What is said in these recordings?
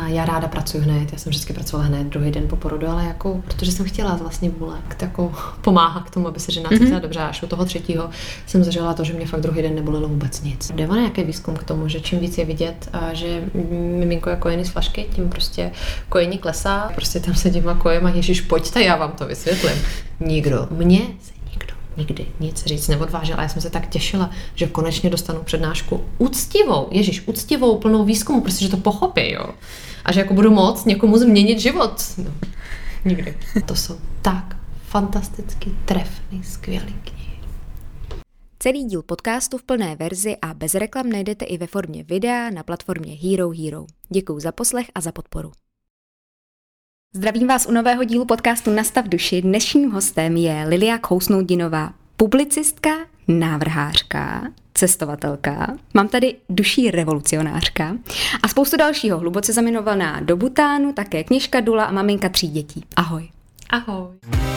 já ráda pracuji hned, já jsem vždycky pracovala hned druhý den po porodu, ale jako, protože jsem chtěla z vlastní vůle jako pomáhat k tomu, aby se žena cítila dobře. Až u toho 3. jsem zažila to, že mě fakt druhý den nebolelo vůbec nic. Jde o nějaký výzkum k tomu, že čím víc je vidět, že miminko je kojený z flašky, tím prostě kojení klesá, prostě tam sedím a kojem a ježiš, pojďte, já vám to vysvětlím. Nikdo nikdy nic říct neodvážil a já jsem se tak těšila, že konečně dostanu přednášku úctivou, plnou výzkumu, protože to pochopí, jo. A že jako budu moct někomu změnit život. No, nikdy. To jsou tak fantasticky trefný, skvělý knihy. Celý díl podcastu v plné verzi a bez reklam najdete i ve formě videa na platformě Hero Hero. Děkuju za poslech a za podporu. Zdravím vás u nového dílu podcastu Nastav duši. Dnešním hostem je Lilia Kousnout-Dinová, publicistka, návrhářka, cestovatelka, mám tady duší revolucionářka a spoustu dalšího, hluboce zamilovaná do Bhutánu, také kněžka, dula a maminka 3 dětí. Ahoj. Ahoj.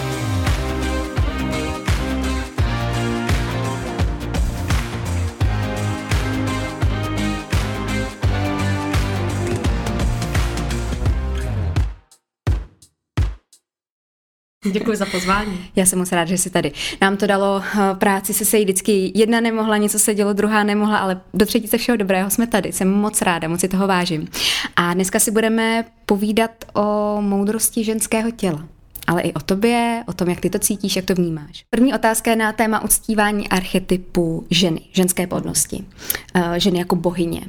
Děkuji za pozvání. Já jsem moc ráda, že jsi tady. Nám to dalo práci se sejít vždycky. Jedna nemohla, něco se dělo, druhá nemohla, ale do třetice všeho dobrého jsme tady. Jsem moc ráda, moc si toho vážím. A dneska si budeme povídat o moudrosti ženského těla. Ale i o tobě, o tom, jak ty to cítíš, jak to vnímáš. První otázka je na téma uctívání archetypu ženy, ženské plodnosti. Ženy jako bohyně,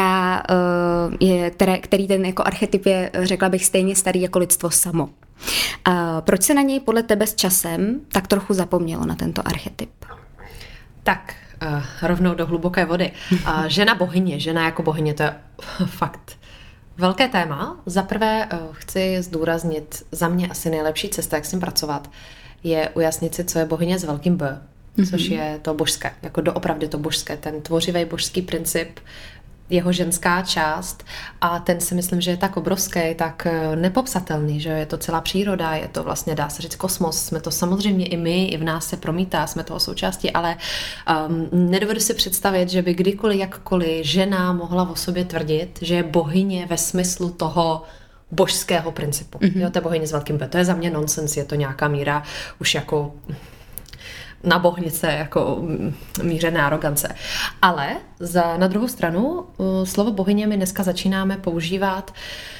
který ten jako archetyp je, řekla bych, stejně starý jako lidstvo samo. Proč se na něj podle tebe s časem tak trochu zapomnělo na tento archetyp? Tak, rovnou do hluboké vody. Žena bohyně, žena jako bohyně, to je fakt velké téma. Za prvé chci zdůraznit, za mě asi nejlepší cesta, jak s tím pracovat, je ujasnit si, co je bohyně s velkým B, což je to božské, jako doopravdy to božské, ten tvořivý božský princip, jeho ženská část a ten si myslím, že je tak obrovský, tak nepopsatelný, že je to celá příroda, je to vlastně, dá se říct, kosmos, jsme to samozřejmě i my, i v nás se promítá, jsme toho součástí, ale nedovedu si představit, že by kdykoliv, jakkoliv žena mohla o sobě tvrdit, že je bohyně ve smyslu toho božského principu. Jo, to je bohyně s velkým B, to je za mě nonsens, je to nějaká míra už jako na bohnice, jako mířené arogance. Ale na druhou stranu slovo bohyně my dneska začínáme používat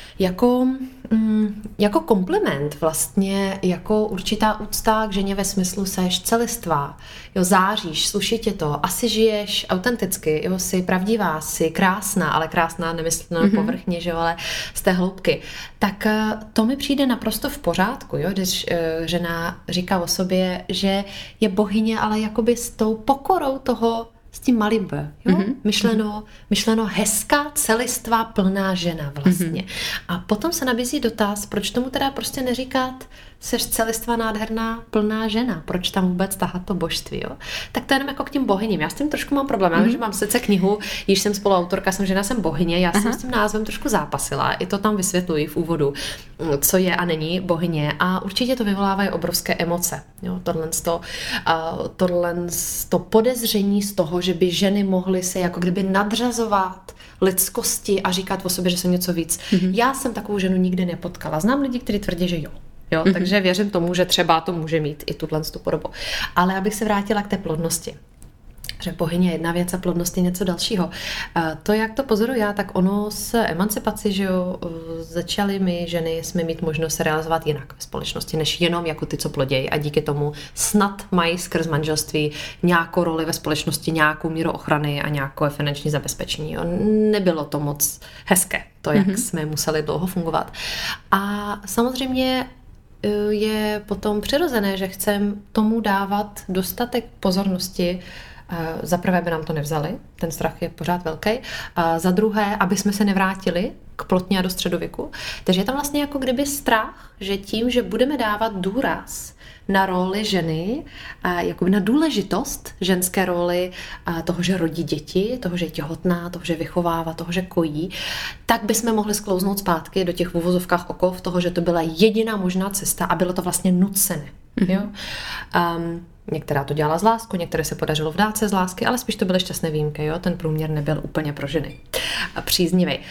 jako kompliment, vlastně jako určitá úcta k ženě ve smyslu seš celistvá, jo, záříš, sluší tě to, asi žiješ autenticky, jo, jsi pravdivá, jsi krásná, ale krásná nemyslím povrchně, že jo, ale z té hloubky. Tak to mi přijde naprosto v pořádku, jo, když žena říká o sobě, že je bohyně, ale jakoby s tou pokorou toho, s tím malým B, jo? Myšleno hezká, celistvá, plná žena vlastně. A potom se nabízí dotaz, proč tomu teda prostě neříkat seš celistvá, nádherná, plná žena, proč tam vůbec tahat to božství, jo? Tak to je jenom jako k tím bohyním. Já s tím trošku mám problém, já že mám sice knihu, již jsem spoluautorka, jsem žena, jsem bohyně, já jsem s tím názvem trošku zápasila, i to tam vysvětluji v úvodu, co je a není bohyně a určitě to vyvolávají obrovské emoce, jo? Tohle podezření z toho, že by ženy mohly se jako kdyby nadřazovat lidskosti a říkat o sobě, že jsem něco víc. Já jsem takovou ženu nikdy nepotkala. Znám lidi, kteří tvrdí, že jo. Jo, takže věřím tomu, že třeba to může mít i tu podobu. Ale abych se vrátila k té plodnosti. Že bohyně je jedna věc a plodnost je něco dalšího. To, jak to pozoruji já, tak ono s emancipací, že jo, začaly my ženy, jsme mít možnost se realizovat jinak ve společnosti, než jenom jako ty, co plodějí a díky tomu snad mají skrz manželství nějakou roli ve společnosti, nějakou míru ochrany a nějaké finanční zabezpečení. Jo. Nebylo to moc hezké, to, jak jsme museli dlouho fungovat. A samozřejmě je potom přirozené, že chcem tomu dávat dostatek pozornosti. Za prvé by nám to nevzali, ten strach je pořád velký. A za druhé, aby jsme se nevrátili k plotně a do středověku. Takže je tam vlastně jako kdyby strach, že tím, že budeme dávat důraz na roli ženy, jakoby na důležitost ženské roli toho, že rodí děti, toho, že je těhotná, toho, že vychovává, toho, že kojí, tak bychom mohli sklouznout zpátky do těch v uvozovkách okov toho, že to byla jediná možná cesta a bylo to vlastně nucené. Jo? Některá to dělala z lásku, některé se podařilo vdát se z lásky, ale spíš to byly šťastné výjimky. Jo? Ten průměr nebyl úplně pro ženy příznivý.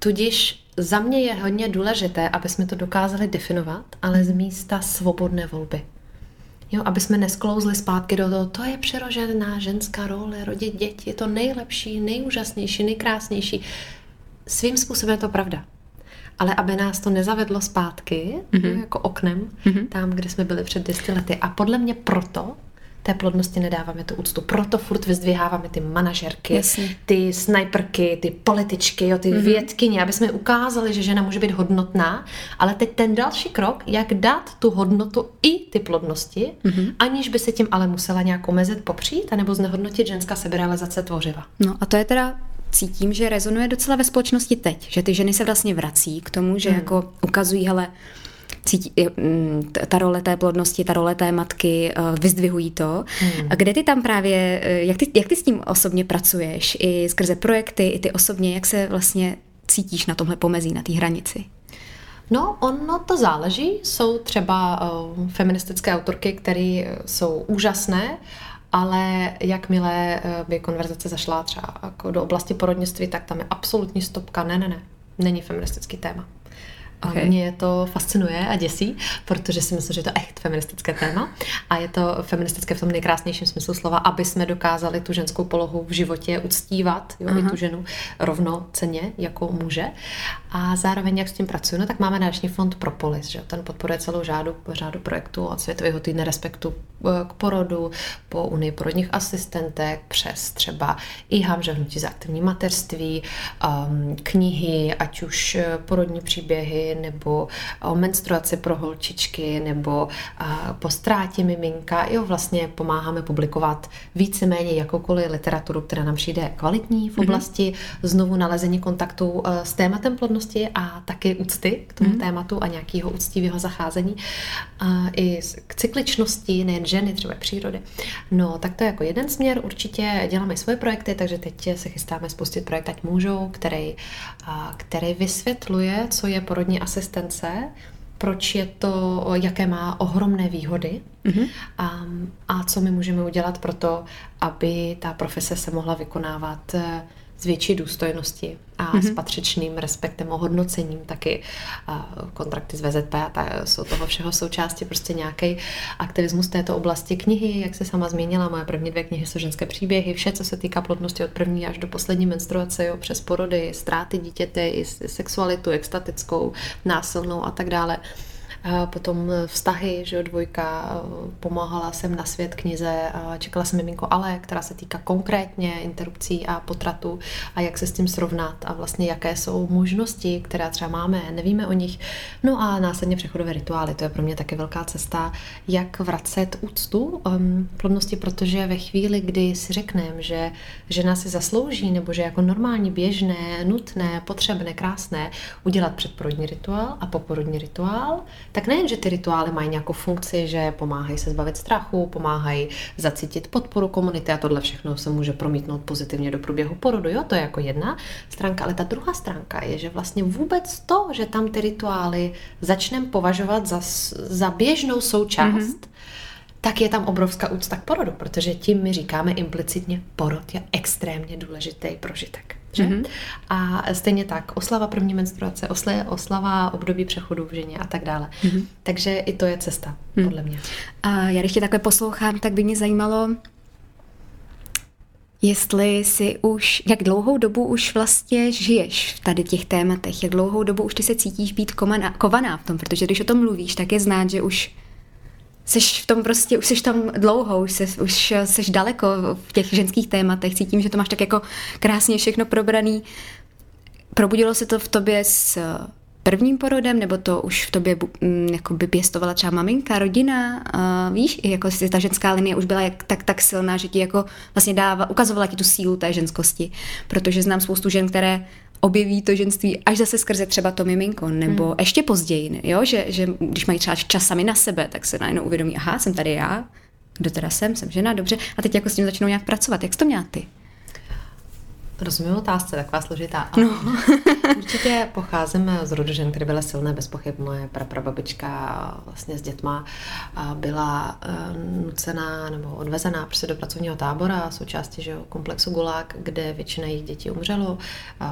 Tudíž za mě je hodně důležité, aby jsme to dokázali definovat, ale z místa svobodné volby. Jo, aby jsme nesklouzli zpátky do toho, to je přirozená ženská role, rodit děti, je to nejlepší, nejúžasnější, nejkrásnější. Svým způsobem je to pravda. Ale aby nás to nezavedlo zpátky, jako oknem, tam, kde jsme byli před 10 lety. A podle mě proto té plodnosti nedáváme tu úctu. Proto furt vyzdviháváme ty manažerky, ty snajperky, ty političky, jo, ty vědkyně, aby jsme ukázali, že žena může být hodnotná, ale teď ten další krok, jak dát tu hodnotu i ty plodnosti, aniž by se tím ale musela nějak omezit, popřít, anebo znehodnotit ženská seberealizace tvořiva. No a to je teda, cítím, že rezonuje docela ve společnosti teď, že ty ženy se vlastně vrací k tomu, že jako ukazují, hele, cítí, ta role té plodnosti, ta role té matky, vyzdvihují to. A kde ty tam právě, jak ty s tím osobně pracuješ? I skrze projekty, i ty osobně, jak se vlastně cítíš na tomhle pomezí, na té hranici? No, ono to záleží. Jsou třeba feministické autorky, které jsou úžasné, ale jakmile by konverzace zašla třeba jako do oblasti porodnictví, tak tam je absolutní stopka. Ne, není feministický téma. Okay. Mě to fascinuje a děsí, protože si myslím, že je to echt feministické téma a je to feministické v tom nejkrásnějším smyslu slova, aby jsme dokázali tu ženskou polohu v životě uctívat, jo, i tu ženu rovnocenně jako muže. A zároveň, jak s tím pracuji, no tak máme Nadační fond Propolis, že ten podporuje celou řádu projektů od Světového týdne respektu k porodu, po Unii porodních asistentek, přes třeba IHAM, že hnutí za aktivní mateřství, knihy, ať už porodní příběhy, nebo o menstruaci pro holčičky, nebo po ztrátě miminka. Jo, vlastně pomáháme publikovat víceméně jakoukoliv literaturu, která nám přijde kvalitní v oblasti znovu nalezení kontaktu s tématem plodnosti a taky úcty k tomu tématu a nějakého úctivého zacházení. I k cykličnosti, nejen ženy, třeba přírody. No, tak to je jako jeden směr. Určitě děláme svoje projekty, takže teď se chystáme spustit projekt Ať můžou, který vysvětluje, co je porodní asistence, proč je to, jaké má ohromné výhody a co my můžeme udělat pro to, aby ta profese se mohla vykonávat z větší důstojnosti a s patřičným respektem, ohodnocením, taky kontrakty s VZP a jsou toho všeho součástí prostě nějaký aktivismus této oblasti. Knihy, jak se sama zmínila, moje první 2 knihy jsou ženské příběhy, vše, co se týká plodnosti od první až do poslední menstruace, jo, přes porody, ztráty dítěte, i sexualitu, extatickou, násilnou a tak dále. Potom vztahy, že jo, 2, pomáhala jsem na svět knize, čekala jsem miminko Ale, která se týká konkrétně interrupcí a potratu a jak se s tím srovnat a vlastně jaké jsou možnosti, které třeba máme, nevíme o nich. No a následně přechodové rituály, to je pro mě taky velká cesta, jak vracet úctu plodnosti, protože ve chvíli, kdy si řekneme, že žena si zaslouží nebo že jako normální, běžné, nutné, potřebné, krásné udělat předporodní rituál a poporodní rituál, tak nejen, že ty rituály mají nějakou funkci, že pomáhají se zbavit strachu, pomáhají zacítit podporu komunity a tohle všechno se může promítnout pozitivně do průběhu porodu. Jo, to je jako jedna stránka, ale ta druhá stránka je, že vlastně vůbec to, že tam ty rituály začneme považovat za běžnou součást, tak je tam obrovská úcta k porodu, protože tím my říkáme implicitně, porod je extrémně důležitý prožitek. A stejně tak oslava první menstruace, oslava období přechodu v ženě a tak dále. Takže i to je cesta, podle mě. A já když tě takhle poslouchám, tak by mě zajímalo, jestli si už, jak dlouhou dobu už vlastně žiješ v tady těch tématech, jak dlouhou dobu už ty se cítíš být kovaná v tom, protože když o tom mluvíš, tak je znát, že už seš v tom prostě, už seš tam dlouho, už seš daleko v těch ženských tématech, cítím, že to máš tak jako krásně všechno probraný. Probudilo se to v tobě s prvním porodem, nebo to už v tobě jakoby pěstovala třeba maminka, rodina, víš, jako si ta ženská linie už byla tak silná, že ti jako vlastně ukazovala ti tu sílu té ženskosti, protože znám spoustu žen, které objeví to ženství až zase skrze třeba to miminko, nebo ještě později, jo? Že když mají třeba čas sami na sebe, tak se najednou uvědomí, aha, jsem tady já, kdo teda jsem žena, dobře, a teď jako s tím začnou nějak pracovat. Jak jsi to měla ty? Rozumím otázce, taková složitá. No. Určitě pocházím z rodu žen, které byly silné, bez pochyb. Moje prababička vlastně s dětma byla nucená nebo odvezená prostě do pracovního tábora, součástí že, komplexu Gulag, kde většina jejich dětí umřelo.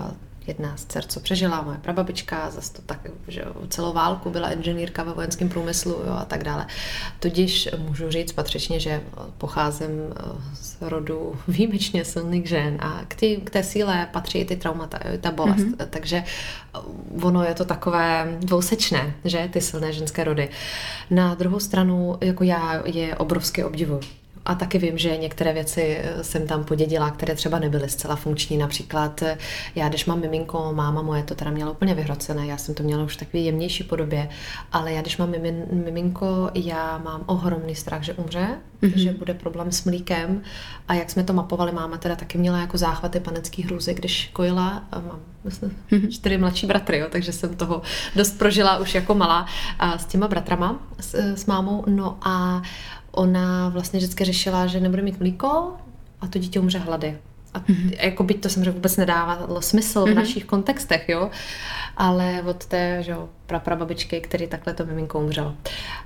jedna z dcer, co přežila, moje prababička, zase to tak, že celou válku byla inženýrka ve vojenském průmyslu, jo, a tak dále. Tudíž můžu říct patřičně, že pocházím z rodu výjimečně silných žen a k té síle patří i ty traumata, jo, ta bolest. Takže ono je to takové dvousečné, že, ty silné ženské rody. Na druhou stranu, jako já je obrovsky obdivuju. A taky vím, že některé věci jsem tam podědila, které třeba nebyly zcela funkční. Například já, když mám miminko, máma moje to teda měla úplně vyhrocené, já jsem to měla už v takové jemnější podobě, ale já, když mám miminko, já mám ohromný strach, že umře, že bude problém s mlíkem. A jak jsme to mapovali, máma teda taky měla jako záchvaty panický hrůzy, když kojila. Mám 4 mladší bratry, jo, takže jsem toho dost prožila už jako malá s těma bratrama, s mámou. No a ona vlastně vždycky řešila, že nebude mít mlíko a to dítě umře hlady. A jako byť to samozřejmě vůbec nedávalo smysl v našich kontextech, jo, ale od té, že jo, prababičky, který takhle to miminko umřelo.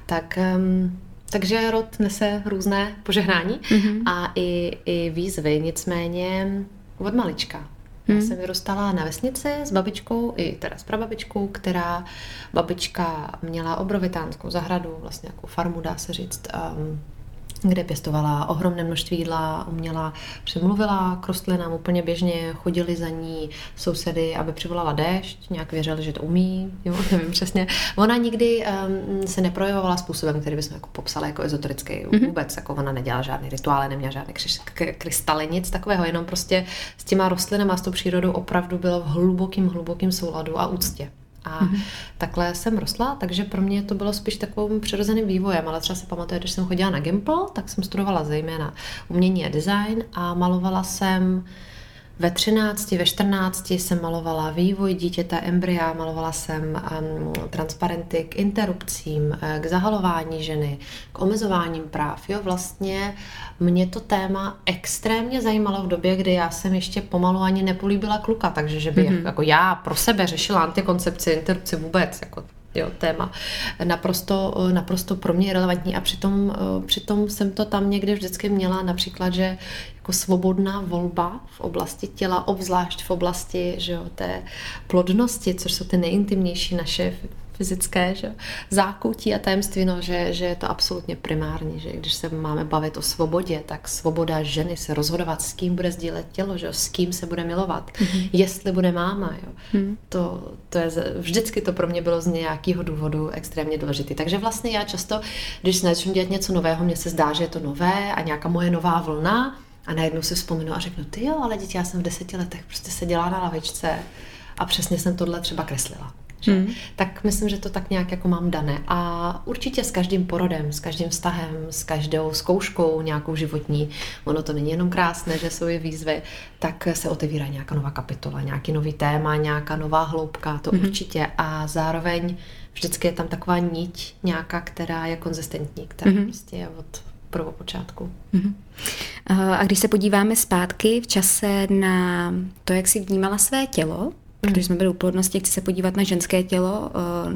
Takže rod nese různé požehnání a i výzvy, nicméně od malička. Já jsem vyrůstala na vesnici s babičkou, i teda s prababičkou, která babička měla obrovitánskou zahradu, vlastně jako farmu, dá se říct, kde pěstovala ohromné množství jídla, přemluvila k rostlinám úplně běžně, chodili za ní sousedy, aby přivolala déšť, nějak věřili, že to umí, jo, nevím přesně. Ona nikdy se neprojevovala způsobem, který bychom jako popsali jako ezoterický. Vůbec, jako ona nedělala žádný rituály, neměla žádné krystaly, nic takového, jenom prostě s těma rostlinama a s tou přírodou opravdu bylo v hlubokým souladu a úctě. A takhle jsem rostla, takže pro mě to bylo spíš takovým přirozeným vývojem, ale třeba si pamatuju, když jsem chodila na Gimple, tak jsem studovala zejména umění a design a malovala jsem ve 13, ve 14 jsem malovala vývoj dítěte, embrya, malovala jsem transparenty k interrupcím, k zahalování ženy, k omezováním práv. Jo, vlastně mě to téma extrémně zajímalo v době, kdy já jsem ještě pomalu ani nepolíbila kluka, takže že by jako já pro sebe řešila antikoncepci, interrupci vůbec, jako jo, téma. Naprosto pro mě relevantní a přitom jsem to tam někde vždycky měla, například, že jako svobodná volba v oblasti těla, obzvlášť v oblasti, že jo, té plodnosti, což jsou ty nejintimnější naše fyzické, že zákoutí a tajemství, no, že je to absolutně primární, že když se máme bavit o svobodě, tak svoboda ženy se rozhodovat, s kým bude sdílet tělo, že s kým se bude milovat, jestli bude máma, jo. To je vždycky to pro mě bylo z nějakého důvodu extrémně důležité. Takže vlastně já často, když se začnu dělat něco nového, mně se zdá, že je to nové a nějaká moje nová vlna a najednou si vzpomenu a řeknu, ty jo, ale dítě, já jsem v 10 letech prostě seděla na lavičce a přesně jsem tohle třeba kreslila. Tak myslím, že to tak nějak jako mám dané. A určitě s každým porodem, s každým vztahem, s každou zkouškou nějakou životní, ono to není jenom krásné, že jsou i výzvy, tak se otevírá nějaká nová kapitola, nějaký nový téma, nějaká nová hloubka, to určitě. A zároveň vždycky je tam taková niť nějaká, která je konzistentní, která prostě je od prvopočátku. A když se podíváme zpátky v čase na to, jak jsi vnímala své tělo, protože jsme byli u plodnosti, chci se podívat na ženské tělo.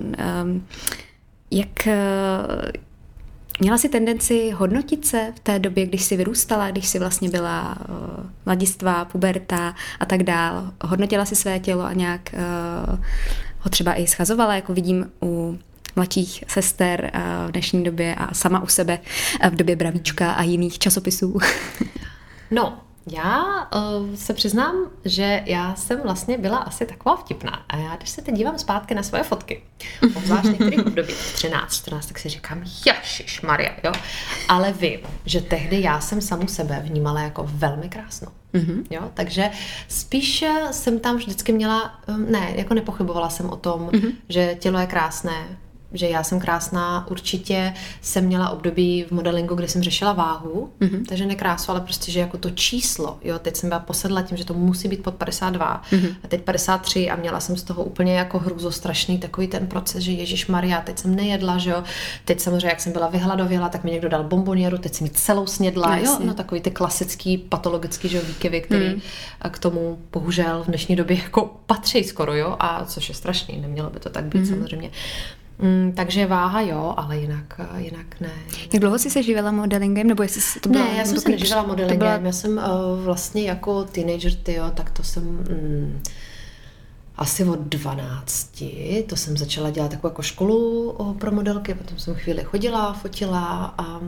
Jak měla jsi tendenci hodnotit se v té době, když jsi vyrůstala, když jsi vlastně byla mladistvá, puberta a tak dál? Hodnotila jsi své tělo a nějak ho třeba i schazovala, jako vidím u mladších sester v dnešní době a sama u sebe v době Bravíčka a jiných časopisů? No, já se přiznám, že já jsem vlastně byla asi taková vtipná. A já, když se teď dívám zpátky na svoje fotky, obzvlášť některých období, 13, 14, tak si říkám, ježišmarja, jo. Ale vím, že tehdy já jsem samu sebe vnímala jako velmi krásnou. Jo, takže spíš jsem tam vždycky měla, jako nepochybovala jsem o tom, že tělo je krásné, že já jsem krásná, určitě jsem měla období v modelingu, kde jsem řešila váhu, takže ne krásu, ale prostě, že jako to číslo, jo, teď jsem byla posedla tím, že to musí být pod 52 a teď 53 a měla jsem z toho úplně jako hrůzostrašný takový ten proces, že ježišmarja, teď jsem nejedla, že jo, teď samozřejmě, jak jsem byla vyhladověla, tak mi někdo dal bonbonieru, teď jsem ji celou snědla, jo, no takový ty klasický patologický, že jo, výkyvy, který k tomu bohužel v dnešní době jako patří skoro, jo, a což je strašný, nemělo by to tak být samozřejmě. Takže váha jo, ale jinak ne. Jak dlouho jsi se živila modelingem? Nebo jestli to bylo, ne, já jsem se neživila modelingem. Já jsem vlastně jako teenager, tak to jsem asi od 12, to jsem začala dělat takovou jako školu pro modelky, potom jsem chvíli chodila, fotila a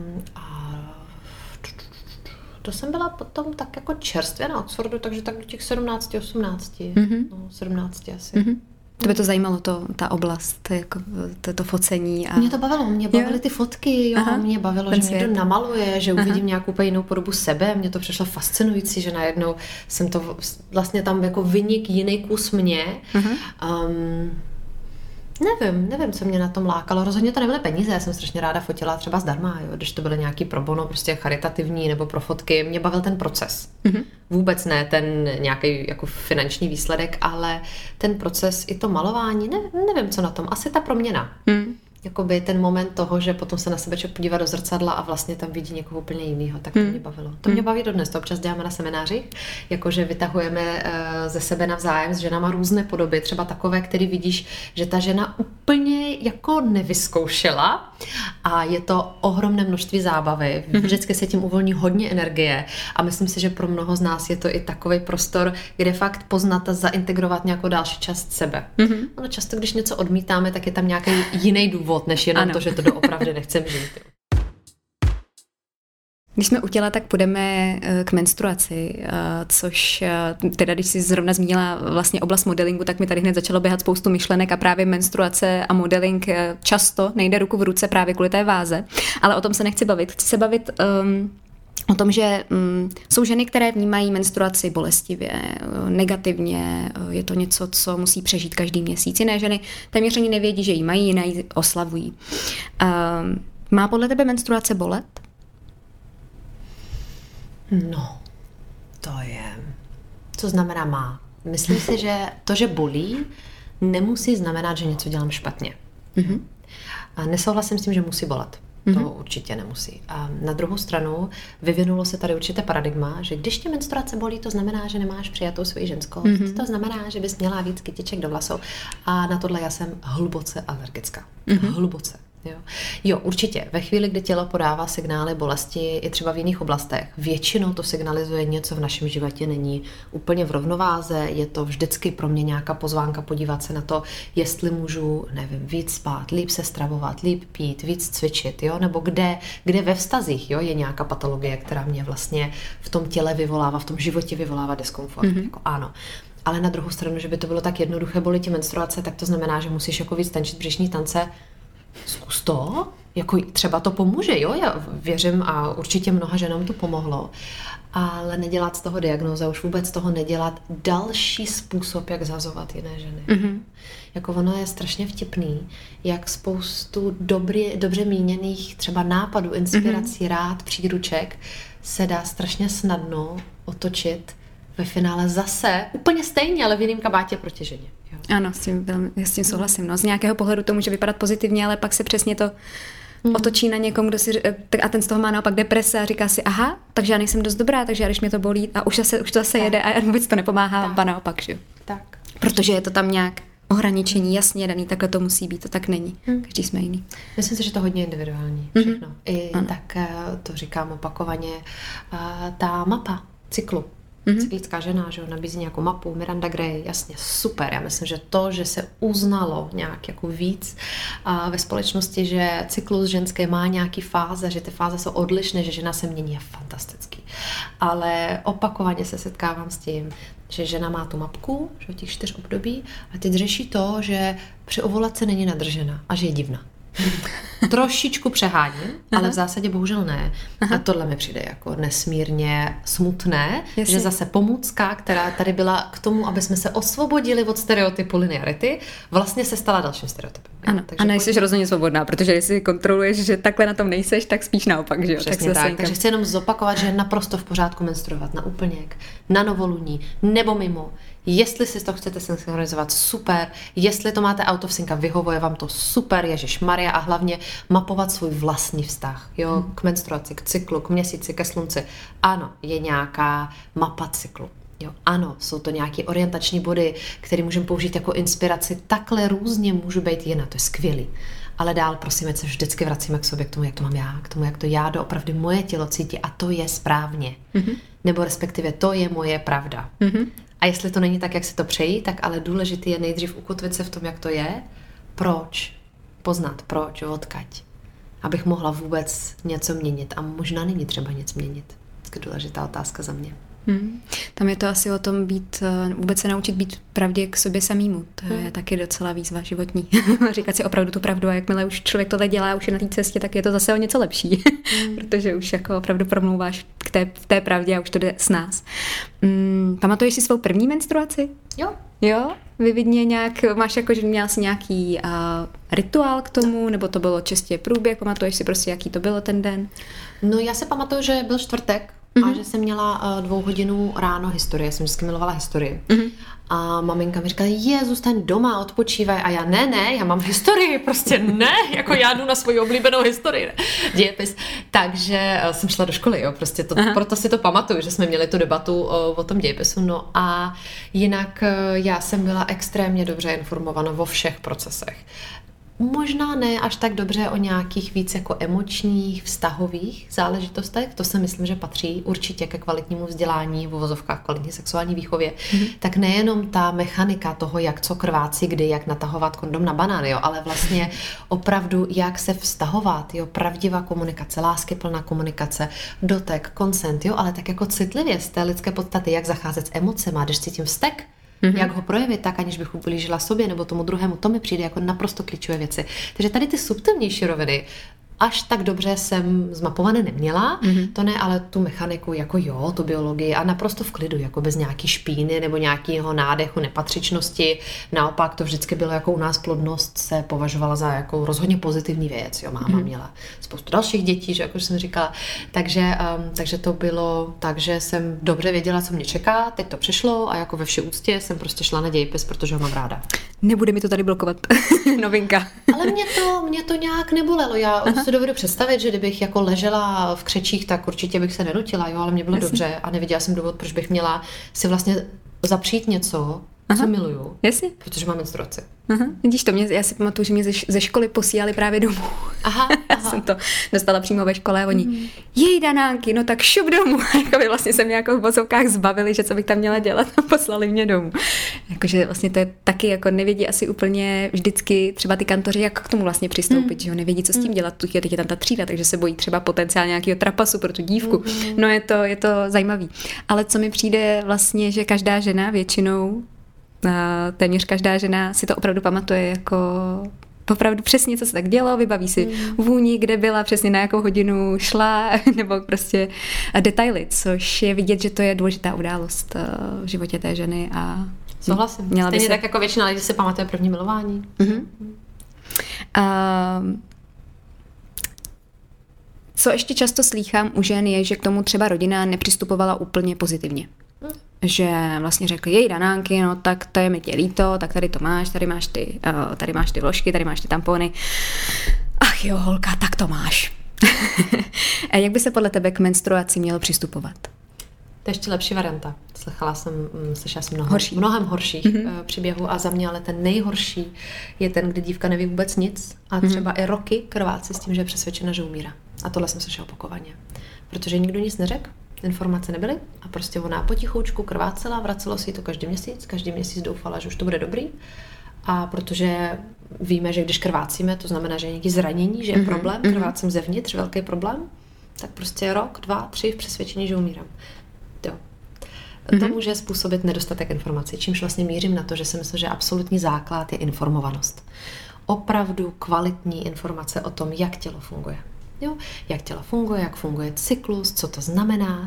to jsem byla potom tak jako čerstvě na Oxfordu, takže tak do těch 17, 18, 17 asi. To by to zajímalo, ta oblast, jako to focení. A... Mě to bavilo, mě bavily ty fotky, mě bavilo, že mě to namaluje, že uvidím nějakou úplně jinou podobu sebe, mě to přišlo fascinující, že najednou jsem to vlastně tam jako vynik jiný kus mě. Nevím, co mě na tom lákalo. Rozhodně to nebyly peníze, já jsem strašně ráda fotila třeba zdarma, jo, když to byly nějaký pro bono, prostě charitativní nebo pro fotky. Mě bavil ten proces. Vůbec ne ten nějaký jako finanční výsledek, ale ten proces i to malování, nevím, co na tom. Asi ta proměna. Jakoby ten moment toho, že potom se na sebe člověk podívá do zrcadla a vlastně tam vidí někoho úplně jiného, tak to mě bavilo. To mě baví dodnes, to občas děláme na seminářích, jakože vytahujeme ze sebe navzájem s ženama různé podoby, třeba takové, které vidíš, že ta žena úplně jako nevyzkoušela a je to ohromné množství zábavy, vždycky se tím uvolní hodně energie a myslím si, že pro mnoho z nás je to i takový prostor, kde fakt poznat a zaintegrovat nějakou další část sebe. Ono často, když něco odmítáme, tak je tam nějaký jiný důvod, než jenom to, že to doopravdy nechcem žít. Když jsme u těla, tak půjdeme k menstruaci, což teda, když jsi zrovna zmínila vlastně oblast modelingu, tak mi tady hned začalo běhat spoustu myšlenek a právě menstruace a modeling často nejde ruku v ruce právě kvůli té váze, ale o tom se nechci bavit. Chci se bavit o tom, že jsou ženy, které vnímají menstruaci bolestivě, negativně, je to něco, co musí přežít každý měsíc. Jiné ženy téměř ani nevědí, že ji mají, jiné ji oslavují. Má podle tebe menstruace bolet? No, to je... Co znamená má? Myslím si, že to, že bolí, nemusí znamenat, že něco dělám špatně. A nesouhlasím s tím, že musí bolet. To určitě nemusí. A na druhou stranu vyvinulo se tady určité paradigma, že když tě menstruace bolí, to znamená, že nemáš přijatou svoji ženskou. To znamená, že bys měla víc kytiček do vlasů. A na tohle já jsem hluboce alergická. Hluboce. Jo, určitě. Ve chvíli, kdy tělo podává signály bolesti i třeba v jiných oblastech, většinou to signalizuje něco v našem životě není úplně v rovnováze, je to vždycky pro mě nějaká pozvánka podívat se na to, jestli můžu, nevím, víc spát, líp se stravovat, líp pít, víc cvičit, jo, nebo kde ve vztazích, jo, je nějaká patologie, která mě vlastně v tom těle vyvolává, v tom životě vyvolává diskomfort. Jako ano. Ale na druhou stranu, že by to bylo tak jednoduché, bolí ti menstruace, tak to znamená, že musíš jako víc tančit břišní tance. Zkus to, jako třeba to pomůže, jo, já věřím a určitě mnoha ženám to pomohlo, ale nedělat z toho diagnóza, už vůbec z toho nedělat další způsob, jak zhazovat jiné ženy. Jako ono je strašně vtipný, jak spoustu dobře míněných třeba nápadů, inspirací, rád, příruček se dá strašně snadno otočit ve finále zase úplně stejně, ale v jiném kabátě proti ženě. Jo. Ano, s tím souhlasím. No. Z nějakého pohledu to může vypadat pozitivně, ale pak se přesně to otočí na někom, kdo si, a ten z toho má naopak deprese a říká si, aha, takže já nejsem dost dobrá, takže když mě to bolí a už to zase jede a vůbec to nepomáhá, a naopak, že jo. Tak. Protože je to tam nějak ohraničení jasně daný, takhle to musí být, to tak není. Každý jsme jiný. Myslím si, že to hodně individuální, všechno. I tak to říkám opakovaně, ta mapa cyklu. Cyklická žena, že nabízí nějakou mapu, Miranda Gray, jasně, super. Já myslím, že to, že se uznalo nějak jako víc ve společnosti, že cyklus ženské má nějaký fáze, že ty fáze jsou odlišné, že žena se mění, je fantastický. Ale opakovaně se setkávám s tím, že žena má tu mapku, že těch 4 období a teď řeší to, že při ovulaci není nadržena a že je divná. Trošičku přeháním, ale v zásadě bohužel ne. A tohle mi přijde jako nesmírně smutné, že zase pomůcka, která tady byla k tomu, aby jsme se osvobodili od stereotypu linearity, vlastně se stala dalším stereotypem. Ano, a nejsi rozhodně svobodná, protože jestli kontroluješ, že takhle na tom nejseš, tak spíš naopak, že jo? Přesně tak. Takže chci jenom zopakovat, že je naprosto v pořádku menstruovat na úplněk, na novoluní nebo mimo. Jestli si to chcete synchronizovat, super. Jestli to máte out of sync a vyhovuje vám to, super, ježišmarja, a hlavně mapovat svůj vlastní vztah, jo, k menstruaci, k cyklu, k měsíci, ke slunci. Ano, je nějaká mapa cyklu. Jo, ano, jsou to nějaké orientační body, které můžeme použít jako inspiraci. Takhle různě můžu být jiná, to je skvělý. Ale dál, prosím, se vždycky vracíme k sobě, k tomu, jak to mám já, k tomu, jak to já doopravdy moje tělo cítí a to je správně. Nebo respektive to je moje pravda. A jestli to není tak, jak si to přejí, tak ale důležité je nejdřív ukotvit se v tom, jak to je. Proč? Poznat proč, odkaď. Abych mohla vůbec něco měnit. A možná není třeba nic měnit. To je důležitá otázka za mě. Tam je to asi o tom vůbec se naučit být pravdě k sobě samýmu. To je taky docela výzva životní. Říkat si opravdu tu pravdu a jakmile už člověk tohle dělá, už je na té cestě, tak je to zase o něco lepší. Protože už jako opravdu promlouváš v té pravdě a už to jde s nás. Pamatuješ si svou první menstruaci? Jo? Vyvidně nějak, máš jako, že měla jsi nějaký rituál k tomu, nebo to bylo čistě průběh, pamatuješ si prostě, jaký to bylo ten den? No já si pamatuju, že byl čtvrtek, a že jsem měla 2 hodin ráno historie, jsem vždycky milovala historii. A maminka mi říkala, zůstaň doma, odpočívaj. A já ne, já mám historii, prostě ne, jako já jdu na svoji oblíbenou historii, ne? Dějepis. Takže jsem šla do školy, jo, prostě proto si to pamatuju, že jsme měli tu debatu o tom dějepisu. No a jinak já jsem byla extrémně dobře informovaná o všech procesech. Možná ne až tak dobře o nějakých víc jako emočních, vztahových záležitostech, to si myslím, že patří určitě ke kvalitnímu vzdělání, v uvozovkách kvalitní sexuální výchově, tak nejenom ta mechanika toho, jak co krvácí, kdy, jak natahovat kondom na banán, jo, ale vlastně opravdu, jak se vztahovat, jo, pravdivá komunikace, láskyplná komunikace, dotek, consent, jo, ale tak jako citlivě z té lidské podstaty, jak zacházet s emocema, když cítím vztek, jak ho projevit tak, aniž bych ublížila sobě nebo tomu druhému, to mi přijde jako naprosto klíčové věci. Takže tady ty subtilnější roviny až tak dobře jsem zmapované neměla, to ne, ale tu mechaniku jako tu biologii a naprosto v klidu, jako bez nějaký špíny nebo nějakého nádechu, nepatřičnosti. Naopak to vždycky bylo jako u nás plodnost se považovala za jako rozhodně pozitivní věc. Jo, máma měla spoustu dalších dětí, že jako jsem říkala. Takže to bylo tak, že jsem dobře věděla, co mě čeká, teď to přišlo a jako ve vší úctě jsem prostě šla na dějepis, protože ho mám ráda. Nebude mi to tady blokovat. Novinka. Ale mě to nějak nebolelo. Já si dovedu představit, že kdybych jako ležela v křečích, tak určitě bych se nenutila, jo, ale mě bylo dobře a neviděla jsem důvod, proč bych měla si vlastně zapřít něco, co miluju, protože mám menstruaci. Vidíš to, já si pamatuju, že mě ze školy posílali právě domů. Aha. Já jsem to dostala přímo ve škole a oni, jej Danánky, no tak šup domů. Jakoby vlastně se mě jako v vozovkách zbavili, že co bych tam měla dělat a poslali mě domů. Jakože vlastně to je taky jako nevědí asi úplně vždycky třeba ty kantoři, jak k tomu vlastně přistoupit, že jo, nevědí, co s tím dělat. Teď je tam ta třída, takže se bojí třeba potenciál nějakého trapasu pro tu dívku. No je to zajímavý. Ale co mi přijde vlastně, že každá žena většinou téměř každá žena si to opravdu pamatuje jako opravdu přesně, co se tak dělo, vybaví si vůni, kde byla, přesně na jakou hodinu šla, nebo prostě detaily, což je vidět, že to je důležitá událost v životě té ženy a souhlasím. Stejně tak jako většina lidí si pamatuje první milování. Co ještě často slýchám u žen je, že k tomu třeba rodina nepřistupovala úplně pozitivně. Že vlastně řekli, jej Danánky, no tak to je mi tě líto, tak tady to máš, tady máš ty vložky, tady máš ty tampony. Ach jo, holka, tak to máš. A jak by se podle tebe k menstruaci mělo přistupovat? To je ještě lepší varianta. Slyšela jsem mnohem horších příběhů a za mě ale ten nejhorší je ten, kdy dívka neví vůbec nic a třeba i roky krvácí s tím, že je přesvědčena, že umírá. A tohle jsem slyšela opakovaně. Protože nikdo nic neřekl, informace nebyly a prostě ona potichoučku krvácela, vracelo si to každý měsíc doufala, že už to bude dobrý. A protože víme, že když krvácíme, to znamená, že je nějaký zranění, že je problém, krvácím zevnitř, velký problém, tak prostě rok, 2, 3 v přesvědčení, že umírám. Jo. To může způsobit nedostatek informací, čímž vlastně mířím na to, že si myslím, že absolutní základ je informovanost. Opravdu kvalitní informace o tom, jak tělo funguje. Jo? Jak tělo funguje, jak funguje cyklus, co to znamená,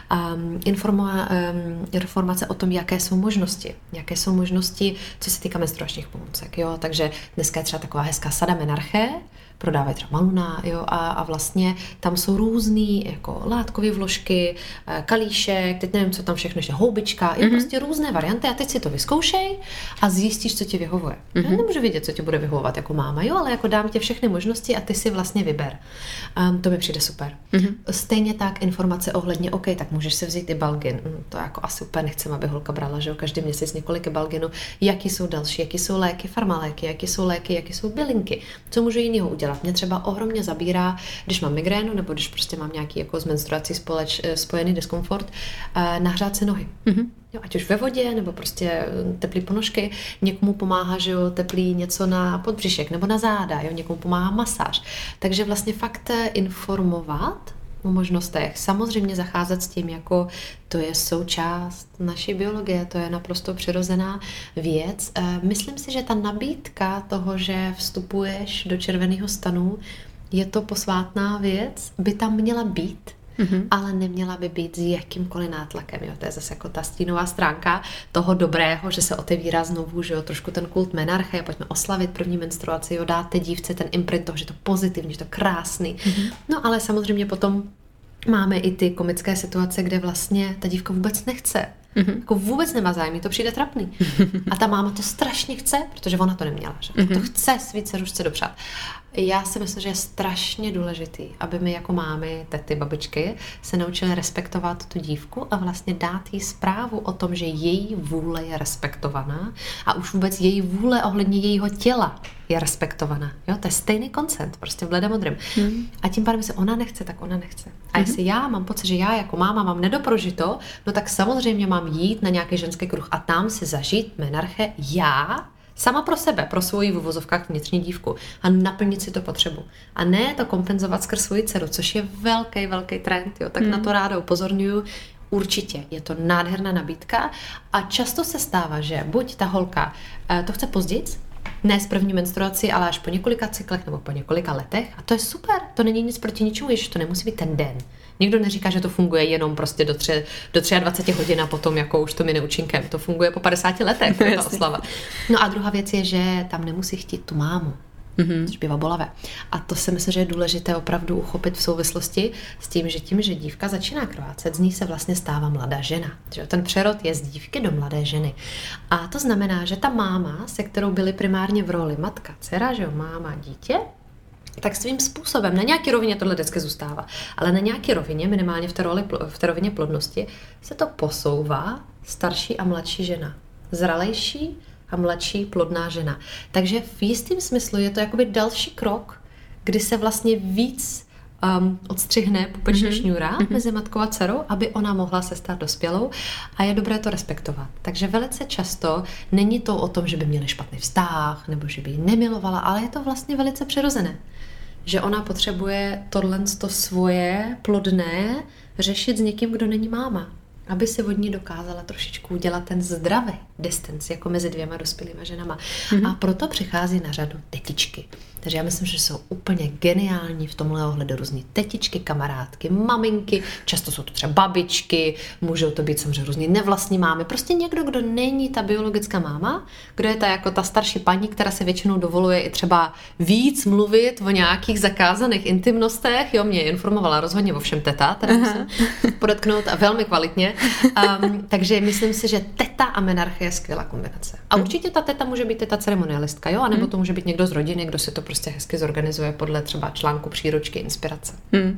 informace o tom, jaké jsou možnosti, co se týká menstruačních pomůcek. Jo? Takže dneska je třeba taková hezká sada menarché, prodávají třeba Maluna, jo, a vlastně tam jsou různý jako látkové vložky, kalíšek, teď nevím, co tam všechno ještě, houbička, jo, prostě různé varianty a teď si to vyzkoušej a zjistíš, co ti vyhovuje. Já nemůžu vědět, co ti bude vyhovovat jako máma, jo, ale jako dám ti všechny možnosti a ty si vlastně vyber. To mi přijde super. Stejně tak informace ohledně, OK, tak můžeš si vzít i balgin. To jako asi úplně nechcem, aby holka brala, že jo, každý měsíc několik balginů. Jaký jsou další, jaký jsou léky, farmaléky, jaký jsou bylinky. Co můžu jiného udělat? Mě třeba ohromně zabírá, když mám migrénu, nebo když prostě mám nějaký jako s menstruací spojený diskomfort, nahřát si nohy. Jo, ať už ve vodě, nebo prostě teplý ponožky. Někomu pomáhá, že jo, teplý něco na podbřišek nebo na záda, jo, někomu pomáhá masáž. Takže vlastně fakt informovat o možnostech. Samozřejmě zacházet s tím, jako to je součást naší biologie, to je naprosto přirozená věc. Myslím si, že ta nabídka toho, že vstupuješ do červeného stanu, je to posvátná věc, by tam měla být, ale neměla by být s jakýmkoliv nátlakem. Jo? To je zase jako ta stínová stránka toho dobrého, že se otevírá znovu, že jo, trošku ten kult menarche, pojďme oslavit první menstruaci, jo, dáte dívce ten imprint toho, že to pozitivní, že to krásný. No ale samozřejmě potom máme i ty komické situace, kde vlastně ta dívka vůbec nechce. Jako vůbec nemá zájem, to přijde trapný. A ta máma to strašně chce, protože ona to neměla. Že? To chce svý dcerušce dopřát. Já si myslím, že je strašně důležitý, aby my jako mámy, tety, babičky se naučili respektovat tu dívku a vlastně dát jí zprávu o tom, že její vůle je respektovaná a už vůbec její vůle ohledně jejího těla je respektovaná. Jo? To je stejný koncent, prostě v bledemodrém. A tím pádem, jestli ona nechce, tak ona nechce. A jestli já mám pocit, že já jako máma mám nedoprožito, no tak samozřejmě mám jít na nějaký ženský kruh a tam si zažít menarche já, sama pro sebe, pro svoji v uvozovkách vnitřní dívku a naplnit si to potřebu. A ne to kompenzovat skrz svoji dceru, což je velký trend, jo, tak na to ráda upozorňuju. Určitě, je to nádherná nabídka a často se stává, že buď ta holka to chce později, ne z první menstruaci, ale až po několika cyklech nebo po několika letech a to je super, to není nic proti ničemu, jež to nemusí být ten den. Nikdo neříká, že to funguje jenom prostě do 23 hodin a potom jako už to mine účinkem. To funguje po 50 letech, ta oslava. No a druhá věc je, že tam nemusí chtít tu mámu, což bývá bolavé. A to si myslím, že je důležité opravdu uchopit v souvislosti s tím, že dívka začíná krvácet, z ní se vlastně stává mladá žena. Že ten přerod je z dívky do mladé ženy. A to znamená, že ta máma, se kterou byly primárně v roli matka, dcera, že jo, máma, dítě, tak svým způsobem, na nějaké rovině tohle vždycky zůstává, ale na nějaké rovině, minimálně v té rovině plodnosti, se to posouvá starší a mladší žena. Zralejší a mladší plodná žena. Takže v jistém smyslu je to jakoby další krok, kdy se vlastně víc odstřihne pupeční šňůra mezi matkou a dcerou, aby ona mohla se stát dospělou a je dobré to respektovat. Takže velice často není to o tom, že by měli špatný vztah nebo že by ji nemilovala, ale je to vlastně velice přirozené. Že ona potřebuje to svoje plodné řešit s někým, kdo není máma. Aby se od ní dokázala trošičku udělat ten zdravý distance jako mezi dvěma dospělýma ženama. A proto přichází na řadu tetičky. Takže já myslím, že jsou úplně geniální v tomhle ohledu různý tetičky, kamarádky, maminky, často jsou to třeba babičky, můžou to být samozřejmě různý nevlastní mámy, prostě někdo, kdo není ta biologická máma, kdo je ta jako ta starší paní, která se většinou dovoluje i třeba víc mluvit o nějakých zakázaných intimnostech, jo, mě informovala rozhodně o všem teta, teda musím podotknout a velmi kvalitně, takže myslím si, že teta a menarche je skvělá kombinace. A určitě ta teta může být teta ceremonialistka, jo, anebo to může být někdo z rodiny, kdo si to prostě hezky zorganizuje podle třeba článku, příručky, inspirace.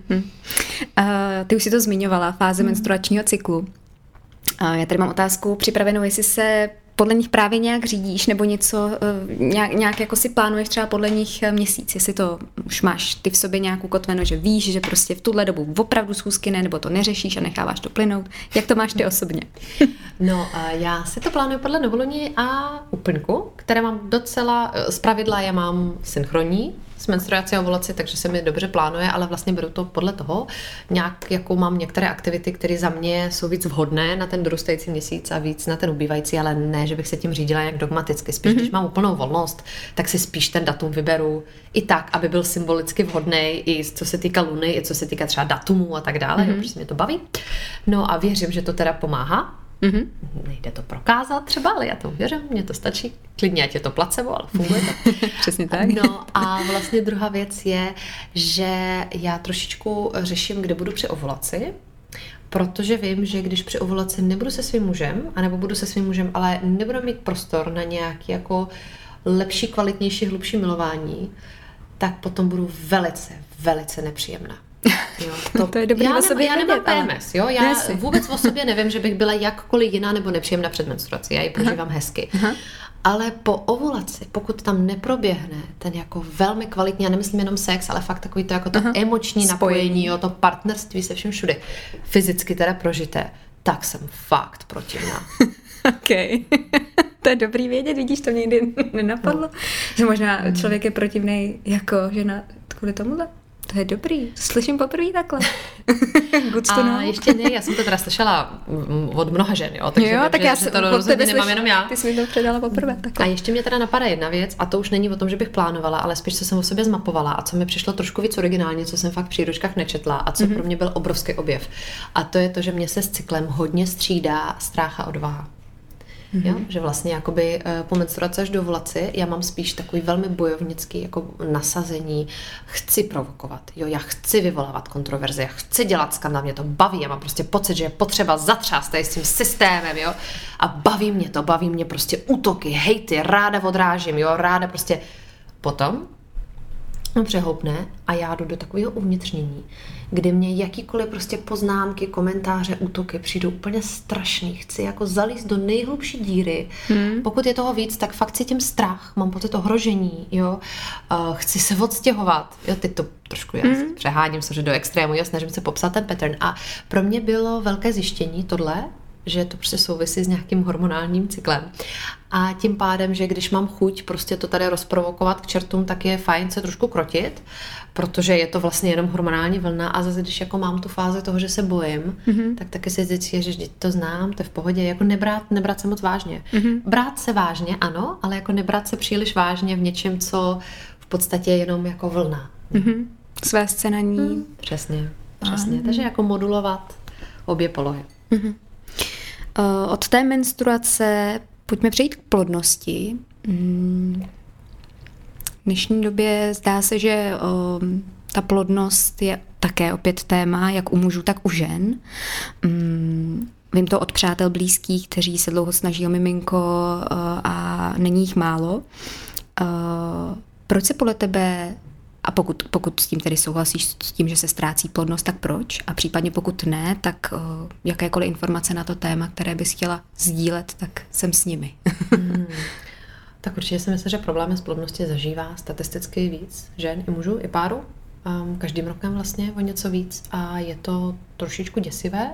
Ty už si to zmiňovala, fáze menstruačního cyklu. Já tady mám otázku připravenou, jestli se podle nich právě nějak řídíš, nebo něco, nějak jako si plánuješ třeba podle nich měsíc, jestli to už máš ty v sobě nějakou kotvenu, že víš, že prostě v tuhle dobu opravdu schůzky ne, nebo to neřešíš a necháváš to plynout. Jak to máš ty osobně? No, já si to plánuju podle novoluni a úplňku, které mám docela, zpravidla je mám synchronní s menstruací a ovulací, takže se mi dobře plánuje, ale vlastně beru to podle toho, nějak jako mám některé aktivity, které za mě jsou víc vhodné na ten dorůstající měsíc a víc na ten ubývající, ale ne, že bych se tím řídila nějak dogmaticky. Spíš, když mám úplnou volnost, tak si spíš ten datum vyberu i tak, aby byl symbolicky vhodný, i co se týká luny, i co se týká třeba datumů a tak dále, protože mě to baví. No a věřím, že to teda pomáhá. Nejde to prokázat třeba, ale já tomu věřím, mně to stačí. Klidně, ať je to placebo, ale funguje to. Přesně tak. No a vlastně druhá věc je, že já trošičku řeším, kde budu při ovulaci, protože vím, že když při ovulaci nebudu se svým mužem, anebo budu se svým mužem, ale nebudu mít prostor na nějaký jako lepší, kvalitnější, hlubší milování, tak potom budu velice nepříjemná. Jo, to je dobrý o sobě já nemám PMS, jo? Já vůbec o sobě nevím, že bych byla jakkoliv jiná nebo nepříjemná před menstruací. Já ji prožívám hezky. Ale po ovulaci, pokud tam neproběhne ten jako velmi kvalitní, já nemyslím jenom sex, ale fakt takový to jako to emoční napojení, jo, to partnerství se všem všude, fyzicky teda prožité, tak jsem fakt protivná. OK. To je dobrý vědět, vidíš, to mě nikdy nenapadlo. Že možná člověk je protivnej jako žena kvůli tomuhle. To je dobrý. Slyším poprvé takhle. A ještě ne, já jsem to teda slyšela od mnoha žen, jo, takže jo, tak já že to rozhodně nemám jenom já. Ty jsi mi to předala poprvé. A ještě mě teda napadá jedna věc, a to už není o tom, že bych plánovala, ale spíš co jsem o sobě zmapovala a co mi přišlo trošku víc originálně, co jsem fakt v příručkách nečetla a co pro mě byl obrovský objev. A to je to, že mě se s cyklem hodně střídá strach a odvaha. Jo? Že vlastně jakoby po menstruaci až do ovulaci já mám spíš takový velmi bojovnický jako nasazení, chci provokovat, jo, já chci vyvolávat kontroverze, já chci dělat skandál, mě to baví, já mám prostě pocit, že je potřeba zatřást tady s tím systémem, jo, a baví mě prostě útoky, hejty, ráda odrážím, jo, ráda prostě potom přehoupne a já jdu do takového uvnitřnění, kdy mě jakýkoliv prostě poznámky, komentáře, útoky přijdou úplně strašný. Chci jako zalízt do nejhlubší díry. Pokud je toho víc, tak fakt cítím strach, mám pocit ohrožení, jo. Chci se odstěhovat. Jo, teď to trošku přeháním se do extrému, jo, snažím se popsat ten pattern. A pro mě bylo velké zjištění tohle, že to prostě souvisí s nějakým hormonálním cyklem. A tím pádem, že když mám chuť prostě to tady rozprovokovat k čertům, tak je fajn se trošku krotit, protože je to vlastně jenom hormonální vlna a zase, když jako mám tu fázi toho, že se bojím, tak taky si vždycky, že vždyť to znám, to je v pohodě, jako nebrát se moc vážně. Brát se vážně, ano, ale jako nebrát se příliš vážně v něčem, co v podstatě je jenom jako vlna. Své scénaní. Přesně. Takže jako modulovat obě polohy. Od té menstruace pojďme přejít k plodnosti. V dnešní době zdá se, že ta plodnost je také opět téma, jak u mužů, tak u žen. Vím to od přátel blízkých, kteří se dlouho snaží o miminko a není jich málo. Proč se podle tebe, a pokud s tím tedy souhlasíš s tím, že se ztrácí plodnost, tak proč? A případně pokud ne, tak jakékoliv informace na to téma, které bys chtěla sdílet, tak jsem s nimi. Tak určitě si myslím, že problémy s plodností zažívá statisticky víc žen i mužů, i páru. Každým rokem vlastně o něco víc a je to trošičku děsivé.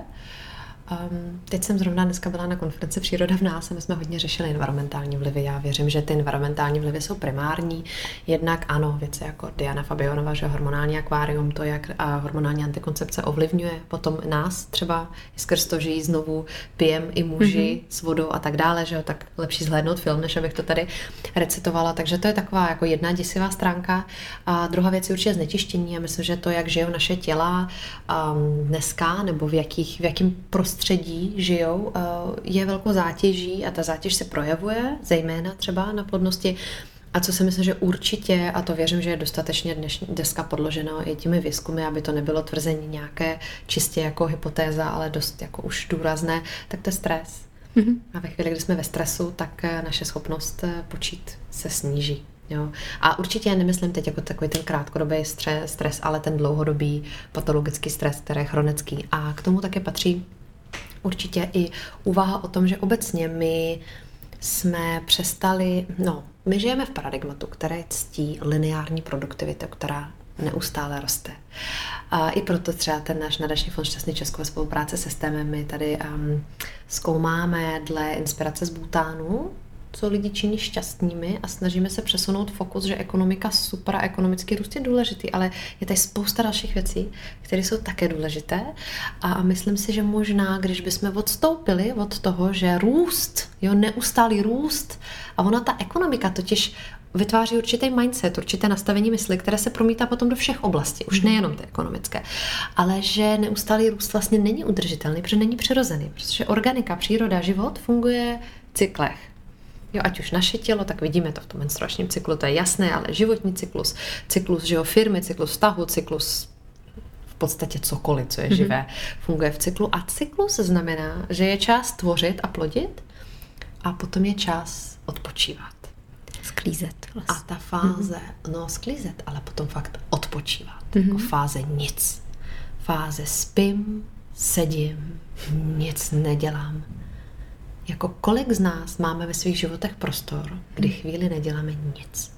Teď jsem zrovna dneska byla na konferenci Příroda v nás a my jsme hodně řešili environmentální vlivy. Já věřím, že ty environmentální vlivy jsou primární. Jednak ano, věci jako Diana Fabionova, že hormonální akvárium, to, jak hormonální antikoncepce ovlivňuje potom nás třeba skrz to, že jí znovu pijem i muži s vodou a tak dále, že jo, tak lepší zhlédnout film, než abych to tady recitovala. Takže to je taková jako jedna děsivá stránka. A druhá věc je určitě znečištění. Já myslím, že to, jak žijou naše těla dneska, nebo v jakým prostředí žijou, je velkou zátěží a ta zátěž se projevuje, zejména třeba na plodnosti. A co si myslím, že určitě, a to věřím, že je dostatečně dneska podloženo i těmi výzkumy, aby to nebylo tvrzení nějaké čistě jako hypotéza, ale dost jako už důrazné, tak to je stres. A ve chvíli, kdy jsme ve stresu, tak naše schopnost počít se sníží. Jo. A určitě já nemyslím teď jako takový ten krátkodobý stres, ale ten dlouhodobý patologický stres, který je chronický. A k tomu také patří určitě i úvaha o tom, že obecně my jsme přestali, my žijeme v paradigmatu, které ctí lineární produktivitu, která neustále roste. A i proto třeba ten náš nadační fond Šťastný Česko ve spolupráci se systémem my tady zkoumáme dle inspirace z Bhutánu, co lidi činí šťastnými a snažíme se přesunout fokus, že ekonomika super a ekonomický růst je důležitý, ale je tady spousta dalších věcí, které jsou také důležité a myslím si, že možná, když bychom odstoupili od toho, že růst, neustálý růst a ona ta ekonomika totiž vytváří určitý mindset, určité nastavení mysli, které se promítá potom do všech oblastí, už nejenom ty ekonomické, ale že neustálý růst vlastně není udržitelný, protože není přirozený, protože organika, příroda, život funguje v cyklech. Jo, ať už naše tělo, tak vidíme to v tom menstruačním cyklu, to je jasné, ale životní cyklus firmy, cyklus vztahu, cyklus v podstatě cokoliv, co je živé, funguje v cyklu. A cyklus znamená, že je čas tvořit a plodit a potom je čas odpočívat. Sklízet vlastně. A ta fáze, sklízet, ale potom fakt odpočívat. Jako fáze nic. Fáze spím, sedím, nic nedělám. Jako kolik z nás máme ve svých životech prostor, kdy chvíli neděláme nic.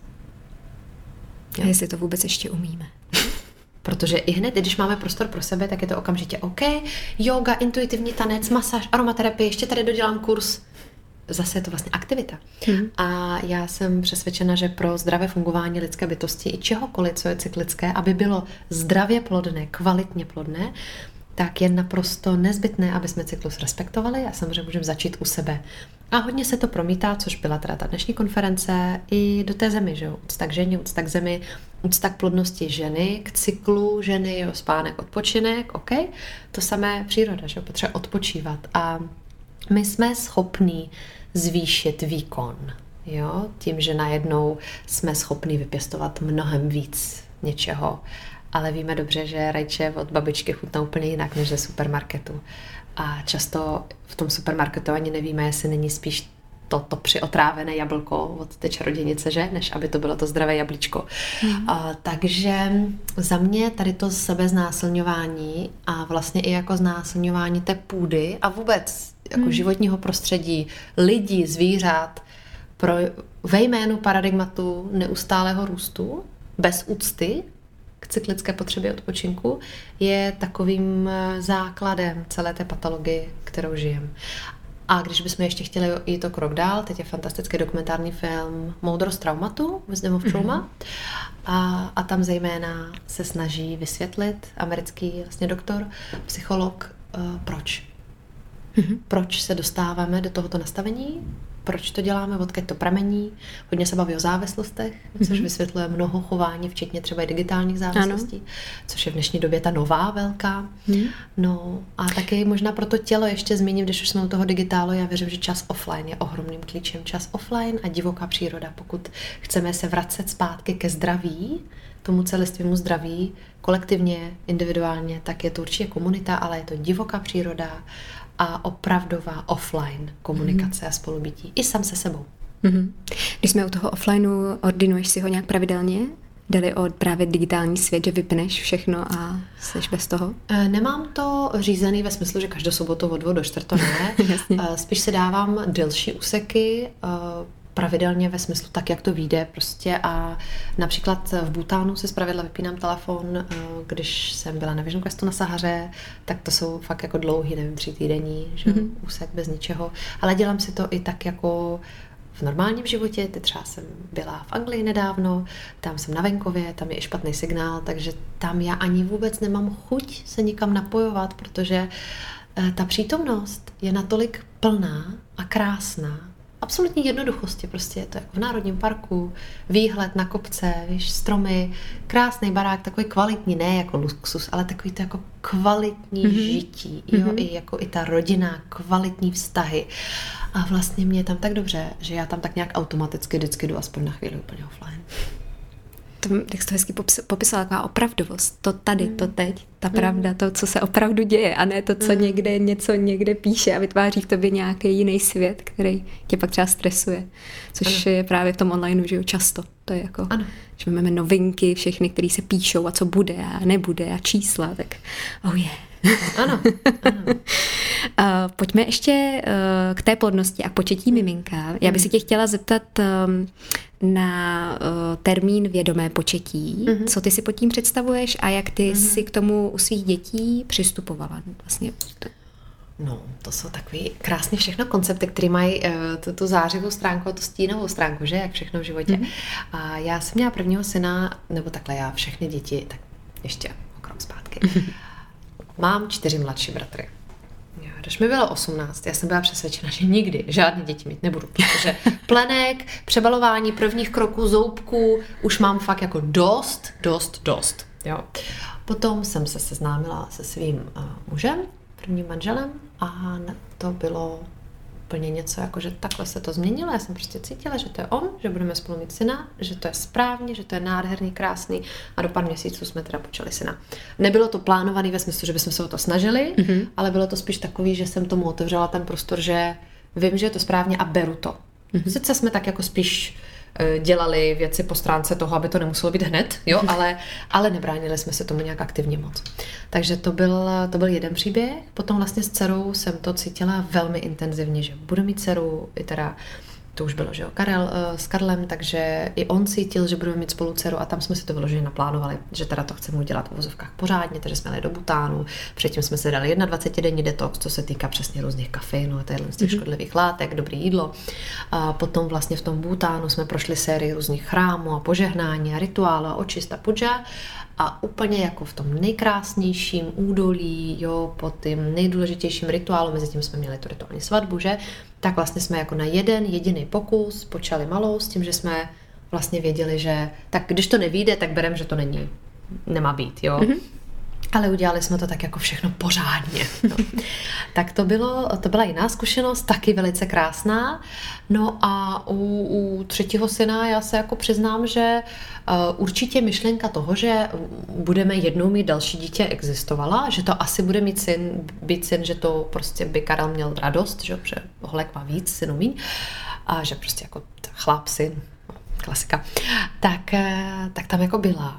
A jestli to vůbec ještě umíme. Protože i hned, když máme prostor pro sebe, tak je to okamžitě OK, yoga, intuitivní tanec, masáž, aromaterapie, ještě tady dodělám kurz. Zase je to vlastně aktivita. A já jsem přesvědčena, že pro zdravé fungování lidské bytosti i čehokoliv, co je cyklické, aby bylo zdravě plodné, kvalitně plodné, tak je naprosto nezbytné, aby jsme cyklus respektovali a samozřejmě můžeme začít u sebe. A hodně se to promítá, což byla teda ta dnešní konference, i do té zemi, že jo? Úcta k ženě, úcta k zemi, úcta k plodnosti ženy, k cyklu ženy, jo? Spánek, odpočinek, OK? To samé příroda, že jo? Potřebuje odpočívat. A my jsme schopní zvýšit výkon, jo? Tím, že najednou jsme schopní vypěstovat mnohem víc něčeho. Ale víme dobře, že rajče od babičky chutná úplně jinak než ze supermarketu. A často v tom supermarketu ani nevíme, jestli není spíš to přiotrávené jablko od té čarodějnice, že? Než aby to bylo to zdravé jablíčko. Takže za mě tady to sebeznásilňování a vlastně i jako znásilňování té půdy a vůbec jako životního prostředí, lidí, zvířat ve jménu paradigmatu neustálého růstu, bez úcty k cyklické potřebě odpočinku, je takovým základem celé té patologie, kterou žijeme. A když bychom ještě chtěli jít o krok dál, teď je fantastický dokumentární film Moudrost traumatu, Wisdom of Trauma, a tam zejména se snaží vysvětlit americký vlastně doktor, psycholog, proč. Proč se dostáváme do tohoto nastavení, proč to děláme, odkud to pramení. Hodně se baví o závislostech, což vysvětluje mnoho chování, včetně třeba i digitálních závislostí, což je v dnešní době ta nová velká. No a taky možná pro to tělo ještě zmíním, když už jsme u toho digitálu, já věřím, že čas offline je ohromným klíčem. Čas offline a divoká příroda. Pokud chceme se vracet zpátky ke zdraví, tomu celistvému zdraví, kolektivně, individuálně, tak je to určitě komunita, ale je to divoká příroda a opravdová offline komunikace a spolubytí. I sám se sebou. Když jsme u toho offlineu, ordinuješ si ho nějak pravidelně? Jde o právě digitální svět, že vypneš všechno a jsi bez toho? Nemám to řízený ve smyslu, že každou sobotu od 2 do 4 to ne. Spíš si dávám delší úseky, pravidelně ve smyslu tak, jak to vyjde prostě a například v Bhutánu si zpravidla vypínám telefon, když jsem byla na Vision Questu na Sahaře, tak to jsou fakt jako dlouhý, nevím, 3 týdenní, že úsek bez ničeho, ale dělám si to i tak jako v normálním životě, ty třeba jsem byla v Anglii nedávno, tam jsem na venkově, tam je i špatný signál, takže tam já ani vůbec nemám chuť se nikam napojovat, protože ta přítomnost je natolik plná a krásná, absolutní jednoduchosti, prostě je to jako v národním parku, výhled na kopce, víš, stromy, krásný barák, takový kvalitní, ne jako luxus, ale takový to jako kvalitní žití, jo, i ta rodina, kvalitní vztahy. A vlastně mě je tam tak dobře, že já tam tak nějak automaticky vždycky jdu aspoň na chvíli úplně offline. Jak jsi to hezky popisala, taková opravdovost, to tady, to teď, ta pravda, to, co se opravdu děje a ne to, co něco někde píše a vytváří v tobě nějaký jiný svět, který tě pak třeba stresuje, což je právě v tom onlineu, že jo, často. To je jako, že máme novinky, všechny, které se píšou a co bude a nebude a čísla, tak Ano. Pojďme ještě k té plodnosti a početí miminka. Já bych si tě chtěla zeptat na termín vědomé početí. Co ty si pod tím představuješ a jak ty si k tomu u svých dětí přistupovala? Vlastně. No, to jsou takový krásný všechno koncepty, které mají tu zářivou stránku a tu stínovou stránku, že? Jak všechno v životě. A já jsem měla prvního syna, nebo takhle já všechny děti, tak ještě o krok zpátky. Mám 4 mladší bratry. Když mi bylo 18, já jsem byla přesvědčena, že nikdy žádné děti mít nebudu, protože plenek, přebalování prvních kroků, zoubků, už mám fakt jako dost. Jo. Potom jsem se seznámila se svým mužem, prvním manželem a to bylo úplně něco, jako že takhle se to změnilo. Já jsem prostě cítila, že to je on, že budeme spolu mít syna, že to je správně, že to je nádherný, krásný a do pár měsíců jsme teda počali syna. Nebylo to plánované ve smyslu, že bychom se o to snažili, ale bylo to spíš takový, že jsem tomu otevřela ten prostor, že vím, že je to správně a beru to. Sice jsme tak jako spíš dělali věci po stránce toho, aby to nemuselo být hned, jo, ale nebránili jsme se tomu nějak aktivně moc. Takže to byl jeden příběh. Potom vlastně s dcerou jsem to cítila velmi intenzivně, že budu mít dceru, i teda to už bylo, že jo, Karel s Karlem, takže i on cítil, že budeme mít spolu dceru a tam jsme si to vyloženě naplánovali, že teda to chceme udělat v uvozovkách pořádně, takže jsme jeli do Bhutánu, předtím jsme si dali 21denní detox, co se týká přesně různých kafeinů a z těch škodlivých látek, dobrý jídlo. A potom vlastně v tom Bhutánu jsme prošli sérii různých chrámů a požehnání a rituálů a očist a puja. A úplně jako v tom nejkrásnějším údolí, jo, po tím nejdůležitějším rituálu, mezi tím jsme měli tu rituální svatbu, že? Tak vlastně jsme jako na jeden jediný pokus počali malou s tím, že jsme vlastně věděli, že tak když to nevyjde, tak berem, že to nemá být, jo. Ale udělali jsme to tak jako všechno pořádně. No. Tak to byla jiná zkušenost, taky velice krásná. No a u třetího syna já se jako přiznám, že určitě myšlenka toho, že budeme jednou mít další dítě existovala, že to asi bude být syn, že to prostě by Karel měl radost, že holek má víc, synů míň, a že prostě jako chlap, syn, klasika. Tak tam jako byla.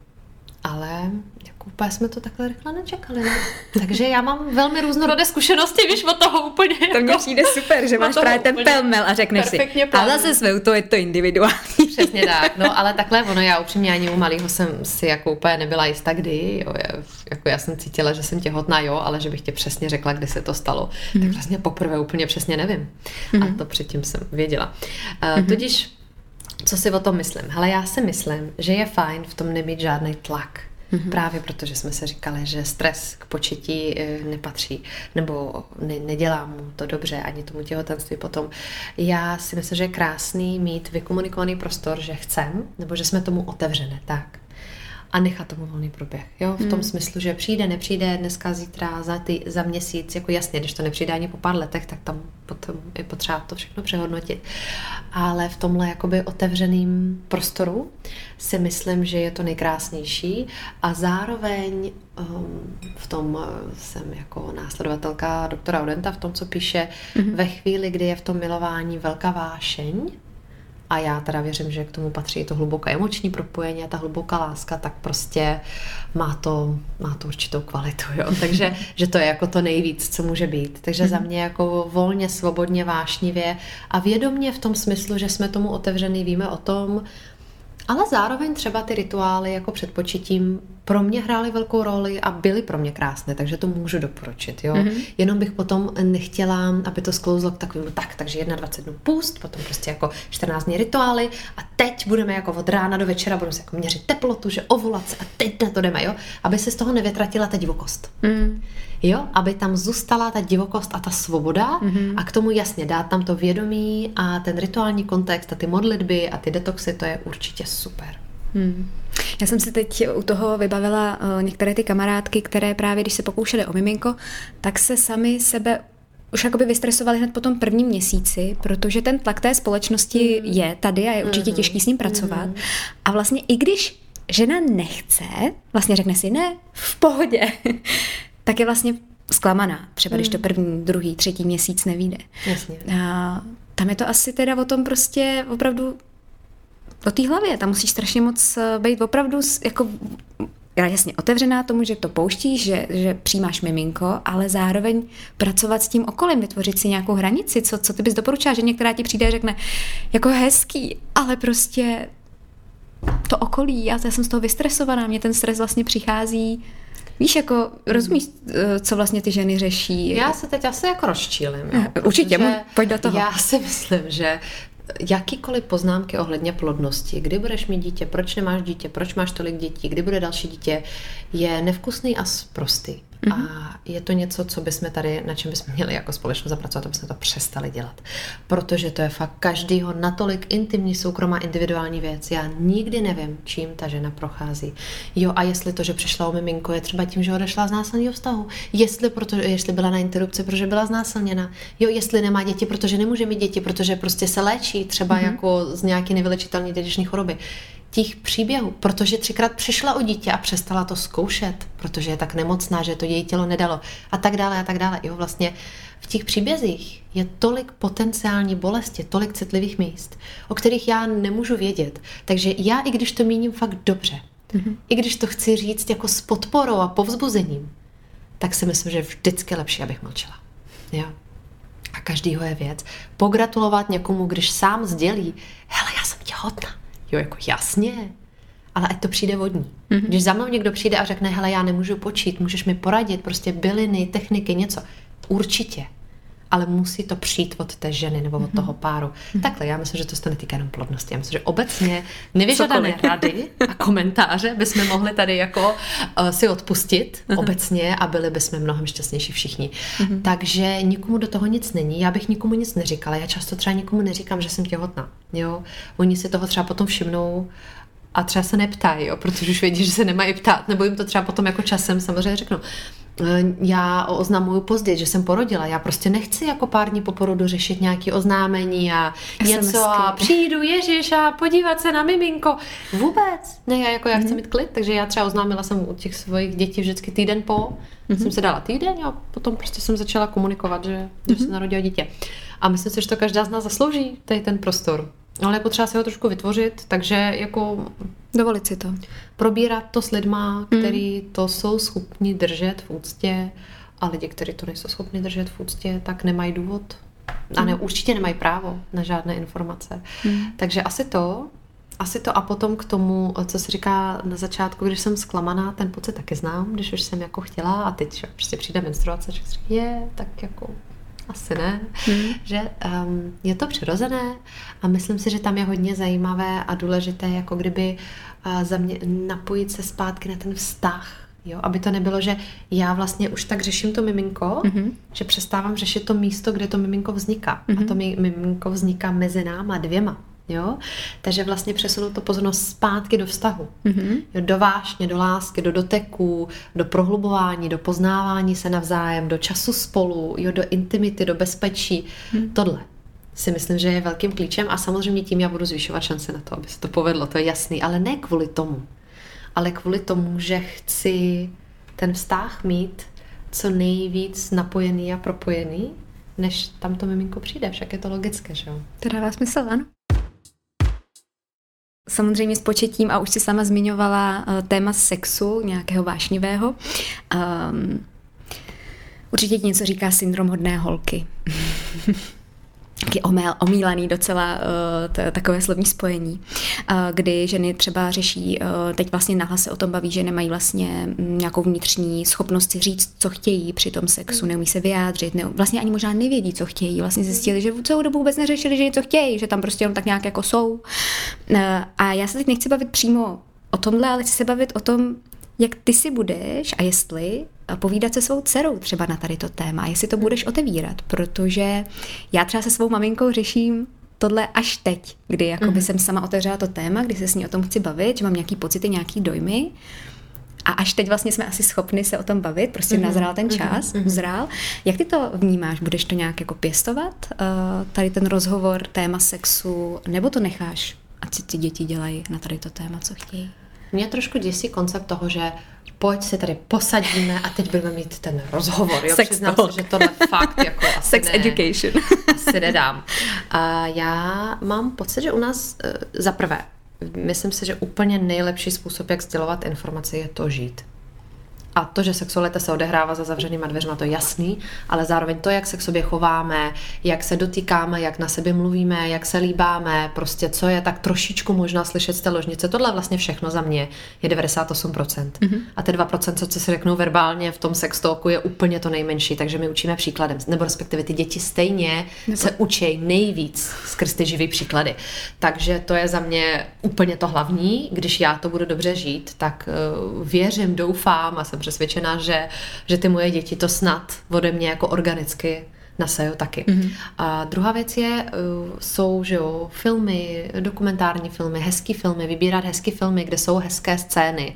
Ale jako úplně jsme to takhle rychle nečekali. Ne? Takže já mám velmi různorodé zkušenosti, víš, od toho úplně. To mně přijde super, že máš právě ten pelmel a řekneš si, a zase jsme to je to individuální. Přesně tak, no ale takhle ono, já upřímně ani u malýho jsem si jako úplně nebyla jistá, kdy, jo, jako já jsem cítila, že jsem těhotná, jo, ale že bych ti přesně řekla, kdy se to stalo. Tak vlastně poprvé úplně přesně nevím. A to předtím jsem věděla. Tudíž co si o tom myslím? Hele, já si myslím, že je fajn v tom nemít žádný tlak. Právě protože jsme se říkali, že stres k početí nepatří, nebo nedělá mu to dobře, ani tomu těhotenství potom. Já si myslím, že je krásný mít vykomunikovaný prostor, že chcem, nebo že jsme tomu otevřené, tak. A nechat tomu volný průběh. Jo? V tom smyslu, že přijde, nepřijde, dneska, zítra, za měsíc, jako jasně, když to nepřijde ani po pár letech, tak tam potom je potřeba to všechno přehodnotit. Ale v tomhle jakoby otevřeným prostoru si myslím, že je to nejkrásnější a zároveň v tom jsem jako následovatelka doktora Audenta v tom, co píše, ve chvíli, kdy je v tom milování velká vášeň, a já teda věřím, že k tomu patří to hluboké emoční propojení a ta hluboká láska, tak prostě má to určitou kvalitu, jo. Takže že to je jako to nejvíc, co může být. Takže za mě jako volně, svobodně, vášnivě a vědomně v tom smyslu, že jsme tomu otevřený, víme o tom, ale zároveň třeba ty rituály jako před početím pro mě hrály velkou roli a byly pro mě krásné, takže to můžu doporučit, jo. Jenom bych potom nechtěla, aby to sklouzlo k takovému takže 21 dnů půst, potom prostě jako 14 dní rituály a teď budeme jako od rána do večera, budeme se jako měřit teplotu, že ovulace a teď na to jdeme, jo. Aby se z toho nevytratila ta divokost. Jo, aby tam zůstala ta divokost a ta svoboda a k tomu jasně dát tam to vědomí a ten rituální kontext a ty modlitby a ty detoxy, to je určitě super. Já jsem si teď u toho vybavila některé ty kamarádky, které právě, když se pokoušely o miminko, tak se sami sebe už jakoby vystresovali hned po tom prvním měsíci, protože ten tlak té společnosti je tady a je určitě těžký s ním pracovat. A vlastně i když žena nechce, vlastně řekne si ne, v pohodě, tak je vlastně zklamaná, třeba když to první, druhý, třetí měsíc nevyjde. Jasně. A tam je to asi teda o tom prostě opravdu o té hlavě, tam musíš strašně moc být opravdu jako jasně otevřená tomu, že to pouštíš, že přijímáš miminko, ale zároveň pracovat s tím okolím, vytvořit si nějakou hranici, co ty bys doporučila, že některá ti přijde a řekne jako hezký, ale prostě to okolí, já jsem z toho vystresovaná, mě ten stres vlastně přichází. Víš, jako rozumíš, co vlastně ty ženy řeší? Já se teď asi jako rozčílim. Určitě, pojď do toho. Já si myslím, že jakýkoliv poznámky ohledně plodnosti, kdy budeš mít dítě, proč nemáš dítě, proč máš tolik dětí, kdy bude další dítě, je nevkusný a sprostý. A je to něco, co bychom tady, na čem bychom měli jako společnost zapracovat, aby jsme to přestali dělat. Protože to je fakt každýho natolik intimní, soukromá, individuální věc. Já nikdy nevím, čím ta žena prochází. Jo, a jestli to, že přišla o miminko, je třeba tím, že odešla z násilného vztahu. Jestli byla na interrupci, protože byla znásilněna. Jo, jestli nemá děti, protože nemůže mít děti, protože prostě se léčí třeba jako z nějaké nevylečitelné dědičné choroby. těch příběhů, protože 3krát přišla o dítě a přestala to zkoušet, protože je tak nemocná, že to její tělo nedalo a tak dále a tak dále. Jo, vlastně v těch příbězích je tolik potenciální bolesti, tolik citlivých míst, o kterých já nemůžu vědět. Takže já, i když to míním fakt dobře, i když to chci říct jako s podporou a povzbuzením, tak si myslím, že je vždycky lepší, abych mlčela. Jo. A každýho je věc. Pogratulovat někomu, když sám sdělí, hele, já jsem těhotná. Jo, jako jasně, ale ať to přijde od ní. Když za mnou někdo přijde a řekne, hele, já nemůžu počít, můžeš mi poradit, prostě byliny, techniky, něco. Určitě. Ale musí to přijít od té ženy nebo od toho páru. Takhle, já myslím, že to se netýká jenom plodnosti. Já myslím, že obecně nevyžadané rady a komentáře bychom mohli tady jako si odpustit obecně a byli bychom mnohem šťastnější všichni. Takže nikomu do toho nic není. Já bych nikomu nic neříkala. Já často třeba nikomu neříkám, že jsem těhotná. Jo? Oni si toho třeba potom všimnou a třeba se neptají, jo? Protože už vědí, že se nemají ptát. Nebo jim to třeba potom jako časem samozřejmě řeknu. Já oznamuju později, že jsem porodila. Já prostě nechci jako pár dní po porodu řešit nějaké oznámení a něco a přijdu, ježiš, a podívat se na miminko. Vůbec. Ne, já chci mít klid, takže já třeba oznámila jsem u těch svých dětí vždycky týden po. Jsem se dala týden a potom prostě jsem začala komunikovat, že se narodilo dítě. A myslím si, že to každá z nás zaslouží, tady ten prostor. Ale je potřeba si ho trošku vytvořit, takže jako dovolit si to. Probírat to s lidma, který to jsou schopni držet v úctě, a lidi, kteří to nejsou schopni držet v úctě, tak nemají důvod a ne, určitě nemají právo na žádné informace. Takže asi to a potom k tomu, co se říká na začátku, když jsem zklamaná, ten pocit taky znám, když už jsem jako chtěla a teď prostě přijde menstruace, že tak jako asi ne, že je to přirozené a myslím si, že tam je hodně zajímavé a důležité, jako kdyby za mě napojit se zpátky na ten vztah, jo? Aby to nebylo, že já vlastně už tak řeším to miminko, že přestávám řešit to místo, kde to miminko vzniká. A to miminko vzniká mezi náma dvěma. Jo? Takže vlastně přesunout to pozornost zpátky do vztahu. Jo, do vášně, do lásky, do doteků, do prohlubování, do poznávání se navzájem, do času spolu, jo, do intimity, do bezpečí. Tohle si myslím, že je velkým klíčem a samozřejmě tím já budu zvyšovat šance na to, aby se to povedlo, to je jasný, ale ne kvůli tomu. Ale kvůli tomu, že chci ten vztah mít co nejvíc napojený a propojený, než tam to miminko přijde, však je to logické, že jo? To dává smysl, ano. Samozřejmě s početím, a už si sama zmiňovala téma sexu, nějakého vášnivého. Určitě ti něco říká syndrom hodné holky. Taky omílaný docela takové slovní spojení, kdy ženy třeba řeší, teď vlastně nahlas se o tom baví, že nemají vlastně nějakou vnitřní schopnost si říct, co chtějí při tom sexu, neumí se vyjádřit, vlastně ani možná nevědí, co chtějí, vlastně zjistili, že celou dobu vůbec neřešili, že něco chtějí, že tam prostě jenom tak nějak jako jsou. A já se teď nechci bavit přímo o tomhle, ale chci se bavit o tom, jak ty si budeš a jestli povídat se svou dcerou třeba na tady to téma, jestli to budeš otevírat, protože já třeba se svou maminkou řeším tohle až teď, kdy jakoby jsem sama otevřela to téma, kdy se s ní o tom chci bavit, že mám nějaký pocity, nějaký dojmy a až teď vlastně jsme asi schopni se o tom bavit, prostě nazrál ten čas, uzrál. Jak ty to vnímáš? Budeš to nějak jako pěstovat, tady ten rozhovor, téma sexu, nebo to necháš, ať si ty děti dělají na tady to téma, co chtějí? Mě trošku děsí koncept toho, že pojď se tady posadíme a teď budeme mít ten rozhovor. Jo? Přiznám se, že tohle fakt jako asi sex education. Asi nedám. A já mám pocit, že u nás za prvé, myslím si, že úplně nejlepší způsob, jak sdělovat informace, je to žít. A to, že sexualita se odehrává za zavřenýma dveřma, to je jasný, ale zároveň to, jak se k sobě chováme, jak se dotýkáme, jak na sebe mluvíme, jak se líbáme, prostě co je tak trošičku možná slyšet z té ložnice, tohle vlastně všechno za mě je 98%. A ty 2%, co si řeknou verbálně v tom sex talku, je úplně to nejmenší, takže my učíme příkladem, nebo respektive ty děti stejně se učí nejvíc skrz ty živý příklady. Takže to je za mě úplně to hlavní, když já to budu dobře žít, tak věřím, doufám a jsem přesvědčená, že ty moje děti to snad ode mě jako organicky nasejou taky. A druhá věc jsou, že jo, filmy, dokumentární filmy, hezký filmy, vybírat hezký filmy, kde jsou hezké scény.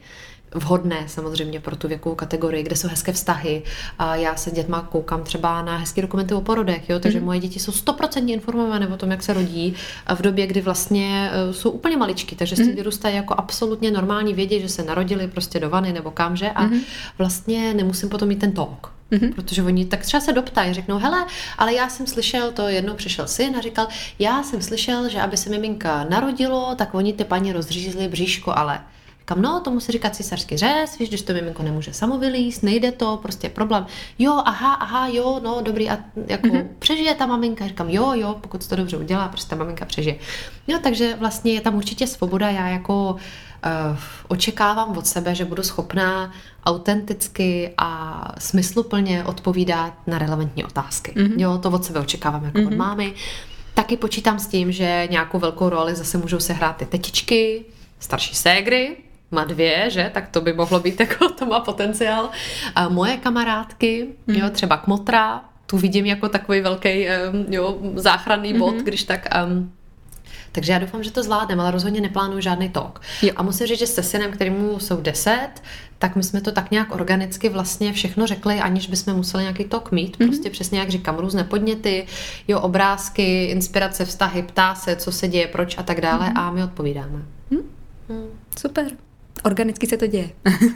vhodné samozřejmě pro tu věkovou kategorii, kde jsou hezké vztahy. A já se dětma koukám třeba na hezké dokumenty o porodech, jo? Takže moje děti jsou 100% informované o tom, jak se rodí a v době, kdy vlastně jsou úplně maličky, takže si vyrůstají jako absolutně normální, vědí, že se narodili prostě do vany nebo kamže a vlastně nemusím potom mít ten talk. Protože oni tak třeba se doptají, řeknou, hele, ale já jsem slyšel, to jednou přišel syn a říkal, já jsem slyšel, že aby se miminka narodilo, tak oni ty paní rozřízli bříško, ale říkám, no, to musí říkat císařský řez, víš, když to miminko nemůže samovylízt, nejde to, prostě je problém. Jo, aha, jo, no, dobrý, a jako přežije ta maminka? Říkám, jo, pokud to dobře udělá, prostě ta maminka přežije. Jo, takže vlastně je tam určitě svoboda, já jako očekávám od sebe, že budu schopná autenticky a smysluplně odpovídat na relevantní otázky. Jo, to od sebe očekávám jako od mámy. Taky počítám s tím, že nějakou velkou roli zase můžou sehrát ty tetičky, starší ségry, má 2, že? Tak to by mohlo být, jako to má potenciál. A moje kamarádky, jo, třeba Kmotra, tu vidím jako takový velký záchranný bod, když tak... takže já doufám, že to zvládneme, ale rozhodně neplánuju žádný talk. Jo. A musím říct, že se synem, kterému jsou 10, tak my jsme to tak nějak organicky vlastně všechno řekli, aniž bychom museli nějaký talk mít. Prostě přesně jak říkám, různé podněty, jo, obrázky, inspirace, vztahy, ptá se, co se děje, proč a tak dále a my odpovídáme. Super. Organicky se to děje.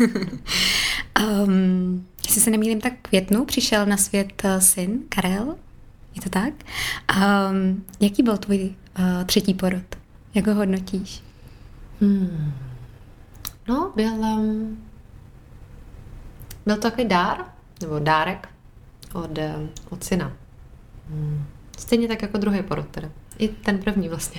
Jestli se nemýlím, tak v květnu přišel na svět syn Karel. Je to tak? Jaký byl tvůj 3. porod? Jak ho hodnotíš? No, byl to takový dár, nebo dárek od syna. Stejně tak jako 2. porod teda. I ten první vlastně.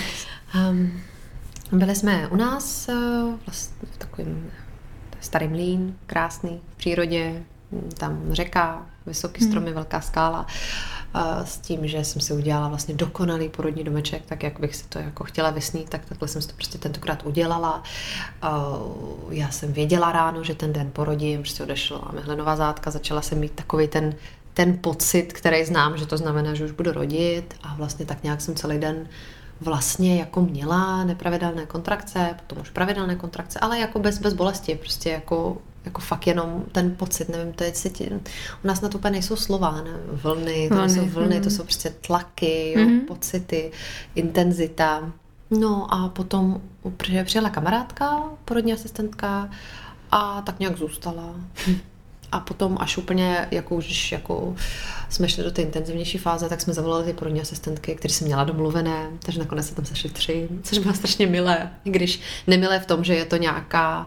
Byli jsme u nás vlastně v takovém starý mlýn, krásný, v přírodě, tam řeka, vysoký stromy, velká skála, s tím, že jsem si udělala vlastně dokonalý porodní domeček, tak jak bych si to jako chtěla vysnít, tak takhle jsem si to prostě tentokrát udělala. Já jsem věděla ráno, že ten den porodím, prostě odešla mehlenová zátka, začala jsem mít takový ten pocit, který znám, že to znamená, že už budu rodit a vlastně tak nějak jsem celý den vlastně jako měla nepravidelné kontrakce, potom už pravidelné kontrakce, ale jako bez bolesti, prostě jako fakt jenom ten pocit, nevím, to je u nás na to úplně nejsou slova, ne? Vlny, to nejsou vlny, to jsou prostě tlaky, jo, pocity, intenzita. No a potom přijela kamarádka, porodní asistentka a tak nějak zůstala. A potom až úplně, už jsme šli do té intenzivnější fáze, tak jsme zavolali ty porodní asistentky, které jsem měla domluvené, takže nakonec se tam sešly 3, což bylo strašně milé, i když nemilé v tom, že je to nějaká